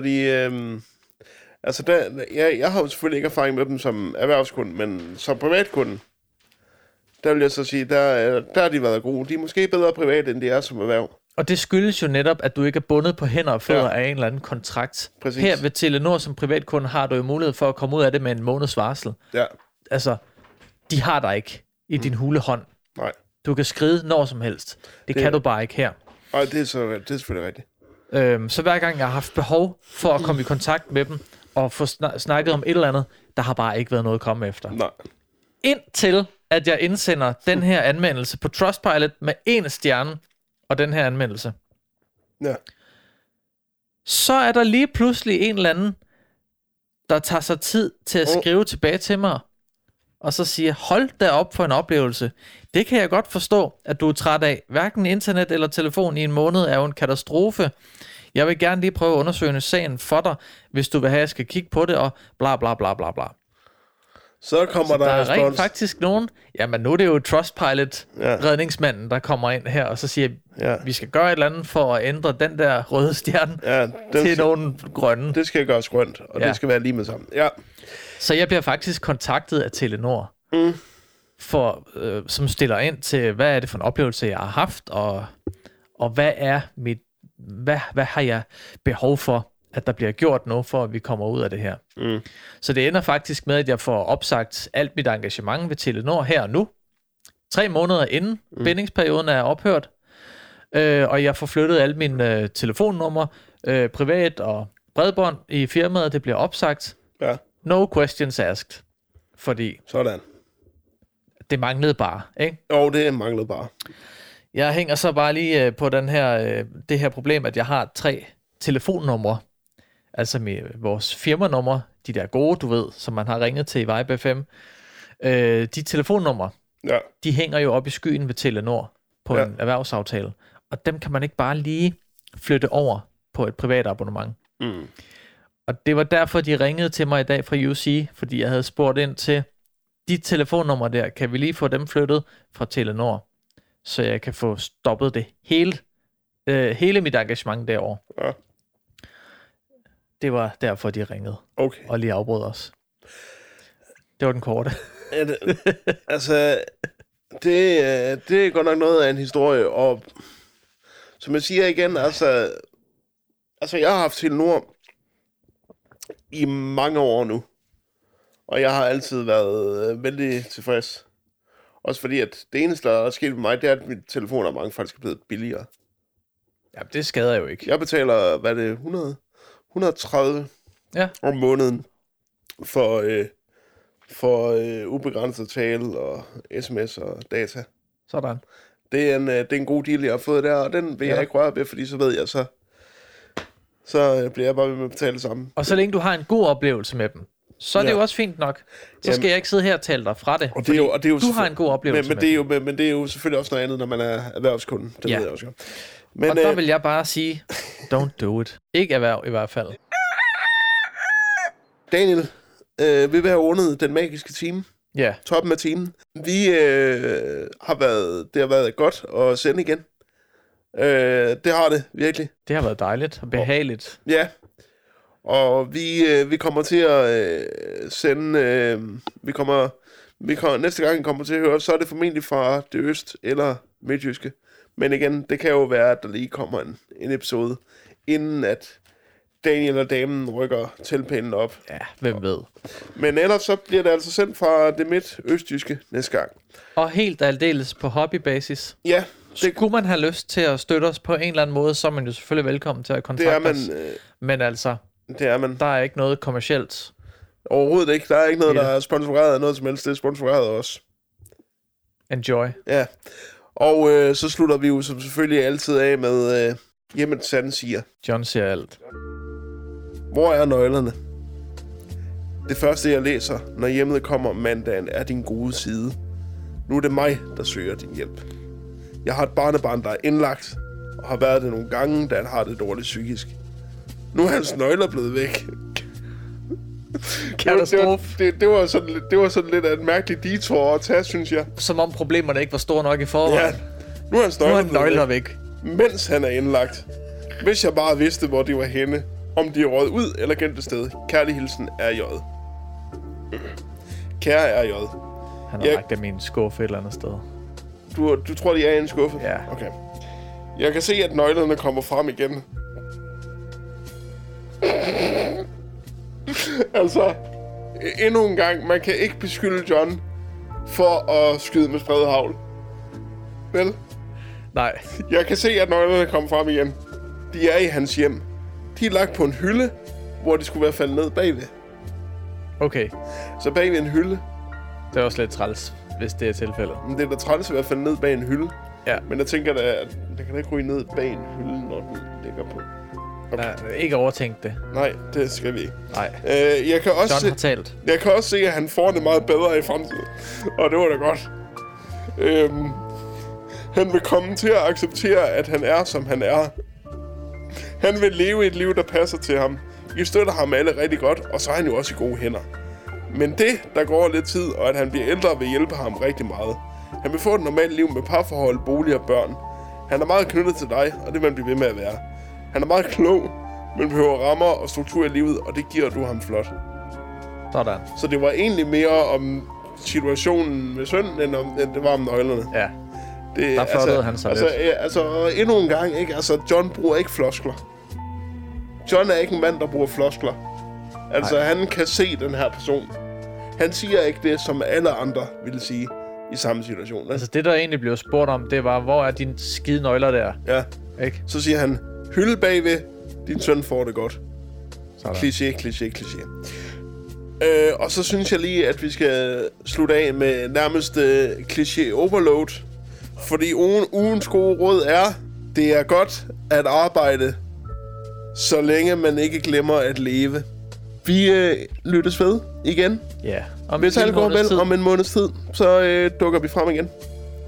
jeg har jo selvfølgelig ikke erfaring med dem som erhvervskunde, men som privatkunde, der vil jeg så sige, der har de været gode. De er måske bedre privat, end de er som erhverv. Og det skyldes jo netop, at du ikke er bundet på hænder og fødder af en eller anden kontrakt. Præcis. Her ved Telenor som privatkunde har du jo mulighed for at komme ud af det med en måneds varsel. Ja. Altså, de har dig ikke i din hule hånd. Nej. Du kan skride når som helst. Det kan du bare ikke her. Nej, det er selvfølgelig rigtigt. Så hver gang jeg har haft behov for at komme i kontakt med dem og få snakket om et eller andet, der har bare ikke været noget at komme efter. Nej. Indtil at jeg indsender den her anmeldelse på Trustpilot med 1 stjerne og den her anmeldelse. Ja. Så er der lige pludselig en eller anden, der tager sig tid til at skrive tilbage til mig, og så siger, hold da op for en oplevelse. Det kan jeg godt forstå, at du er træt af. Hverken internet eller telefon i en måned er jo en katastrofe. Jeg vil gerne lige prøve at undersøge sagen for dig, hvis du vil have, at jeg skal kigge på det, og bla bla bla bla bla. Så kommer der er rent faktisk nogen. Jamen nu er det jo Trustpilot redningsmanden, der kommer ind her og så siger, vi skal gøre et eller andet for at ændre den der røde stjerne til nogle grønne. Det skal gøres grønt, og det skal være lige med sammen. Ja. Så jeg bliver faktisk kontaktet af Telenor, som stiller ind til, hvad er det for en oplevelse, jeg har haft, og hvad er hvad har jeg behov for, at der bliver gjort noget for, at vi kommer ud af det her. Så det ender faktisk med, at jeg får opsagt alt mit engagement ved Telenor her og nu. 3 måneder inden bindingsperioden er ophørt. Og jeg får flyttet alle mine telefonnumre, privat og bredbånd i firmaet. Det bliver opsagt. Ja. No questions asked. Fordi sådan. Det manglede bare, ikke? Jo, det manglede bare. Jeg hænger så bare lige på det her problem, at jeg har 3 telefonnumre. Altså med vores firmanumre, de der gode, du ved, som man har ringet til i Vibe FM. De telefonnumre, de hænger jo op i skyen ved Telenor på en erhvervsaftale. Og dem kan man ikke bare lige flytte over på et privat abonnement. Og det var derfor, de ringede til mig i dag fra UC, fordi jeg havde spurgt ind til de telefonnumre der, kan vi lige få dem flyttet fra Telenor, så jeg kan få stoppet det hele mit engagement derovre. Ja. Det var derfor, de ringede. Okay. Og lige afbrød os. Det var den korte. Altså, det er godt nok noget af en historie, og som jeg siger igen, altså jeg har haft Telenor i mange år nu, og jeg har altid været vældig tilfreds. Også fordi, at det eneste, der er sket med mig, det er, at mit telefonabonnement faktisk er blevet billigere. Ja, det skader jo ikke. Jeg betaler, hvad er det, 130 om måneden for ubegrænset tale og sms og data. Sådan. Det er en god deal, jeg har fået der, og den vil jeg ikke røre ved, fordi så ved jeg, så bliver jeg bare ved med at betale det samme. Og så længe du har en god oplevelse med dem, så er det jo også fint nok. Så skal jeg ikke sidde her og tale dig fra det, og det er jo du har en god oplevelse men det er jo selvfølgelig også noget andet, når man er erhvervskunde. Det ved jeg også godt. Men, og der vil jeg bare sige, don't do it. Ikke erhverv i hvert fald. Daniel, vi vil have ordnet den magiske time. Ja. Toppen af timen. Det har været godt at sende igen. Det har det, virkelig. Det har været dejligt og behageligt. Ja. Og vi kommer til at sende... næste gang vi kommer til at høre, så er det formentlig fra det øst eller midtjyske. Men igen, det kan jo være, at der lige kommer en episode, inden at Daniel og damen rykker teltpælen op. Ja, hvem ved. Men ellers så bliver det altså sendt fra det midt-østjyske næste gang. Og helt aldeles på hobbybasis. Ja. Skulle man have lyst til at støtte os på en eller anden måde, så er man jo selvfølgelig velkommen til at kontakte os. Men altså, det er man. Der er ikke noget kommercielt. Overhovedet ikke. Der er ikke noget, der er sponsoreret af noget som helst. Det er sponsoreret af os. Enjoy. Ja. Og så slutter vi jo som selvfølgelig altid af med hjemmet sande siger. John siger alt. Hvor er nøglerne? Det første jeg læser, når hjemmet kommer mandagen, er din gode side. Nu er det mig, der søger din hjælp. Jeg har et barnebarn, der er indlagt, og har været det nogle gange, da han har det dårligt psykisk. Nu er hans nøgler blevet væk. Katastrofe. Det var sådan lidt af en mærkelig detour at tage, synes jeg. Som om problemerne ikke var store nok i forvejen. Ja. Nu er hans nøgler væk. Mens han er indlagt. Hvis jeg bare vidste, hvor de var henne. Om de er røget ud eller gemt et sted. Kærlig hilsen R.J. Kære R.J. Han har lagt dem i en skuffe et eller andet sted. Du tror, de er i en skuffe? Ja. Okay. Jeg kan se, at nøglerne kommer frem igen. Altså, endnu en gang, man kan ikke beskylde John for at skyde med spredehagl. Vel? Nej. Jeg kan se, at nøglerne kommer frem igen. De er i hans hjem. De er lagt på en hylde, hvor de skulle være faldet ned bagved. Okay. Så bagved en hylde. Det er også lidt træls, hvis det er tilfældet. Men det er da træls at være faldet ned bag en hylde. Ja. Men jeg tænker da, at den kan da ikke ryge ned bag en hylde, når den ligger på. Okay. Nej, ikke overtænkt det. Nej, det skal vi ikke. Nej. Jeg kan også John har talt. Jeg kan også se, at han får det meget bedre i fremtiden. Og det var da godt. Han vil komme til at acceptere, at han er, som han er. Han vil leve et liv, der passer til ham. I støtter ham alle rigtig godt, og så er han jo også i gode hænder. Men det, der går lidt tid, og at han bliver ældre, vil hjælpe ham rigtig meget. Han vil få et normalt liv med parforhold, bolig og børn. Han er meget knyttet til dig, og det vil han blive ved med at være. Han er meget klog, men behøver rammer og struktur i livet, og det giver du ham flot. Sådan. Så det var egentlig mere om situationen med sønnen, end det var om nøglerne. Ja. Der flottede han sig lidt. Altså, endnu en gang, ikke? Altså, John bruger ikke floskler. John er ikke en mand, der bruger floskler. Altså, han kan se den her person. Han siger ikke det, som alle andre ville sige i samme situation. Ikke? Altså, det der egentlig blev spurgt om, det var, hvor er dine skide nøgler der? Ja. Ikke? Så siger han, hylde bagved, din søn får det godt. Sådan. Kliché. Og så synes jeg lige, at vi skal slutte af med nærmest kliché overload. Fordi ugens gode råd er, det er godt at arbejde, så længe man ikke glemmer at leve. Vi lyttes ved igen. Ja. Hvis alt går vel om en måneds tid, så dukker vi frem igen.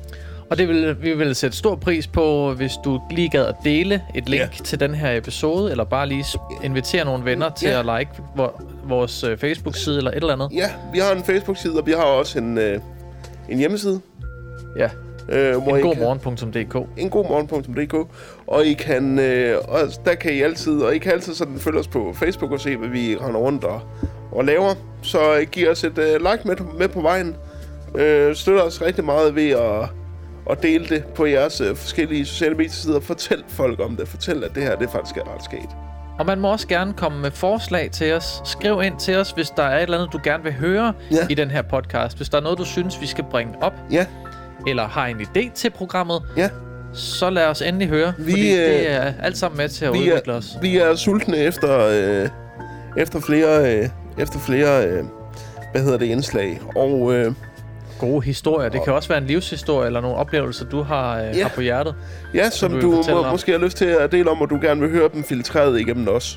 Og vi vil sætte stor pris på, hvis du lige gad at dele et link til den her episode, eller bare lige invitere nogle venner til at like vores Facebook-side eller et eller andet. Ja, vi har en Facebook-side, og vi har også en hjemmeside. Ja, engodmorgen.dk. Engodmorgen.dk. Og I kan, og der kan I altid sådan følge os på Facebook og se, hvad vi render rundt og laver. Så giv os et like med på vejen. Støtter os rigtig meget ved at dele det på jeres forskellige sociale mediesider. Fortæl folk om det. Fortæl, at det her det faktisk er ret sket. Og man må også gerne komme med forslag til os. Skriv ind til os, hvis der er et eller andet, du gerne vil høre i den her podcast. Hvis der er noget, du synes, vi skal bringe op. Ja. Eller har en idé til programmet. Ja. Så lad os endelig høre. Fordi det er alt sammen med til at udvikle os. Vi er sultne efter flere indslag. Og gode historier. Det kan også være en livshistorie eller nogle oplevelser, du har på hjertet. Ja, som du måske har lyst til at dele om, og du gerne vil høre dem filtreret igennem os.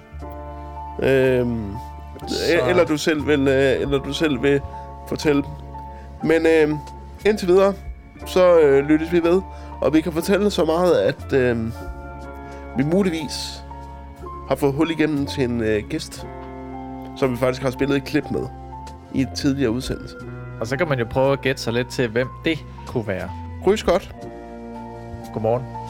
Eller du selv vil fortælle dem. Men indtil videre, så lyttes vi ved. Og vi kan fortælle så meget, at vi muligvis har fået hul igennem til en gæst, som vi faktisk har spillet et klip med i et tidligere udsendelse. Og så kan man jo prøve at gætte sig lidt til, hvem det kunne være. Grys godt. Godmorgen.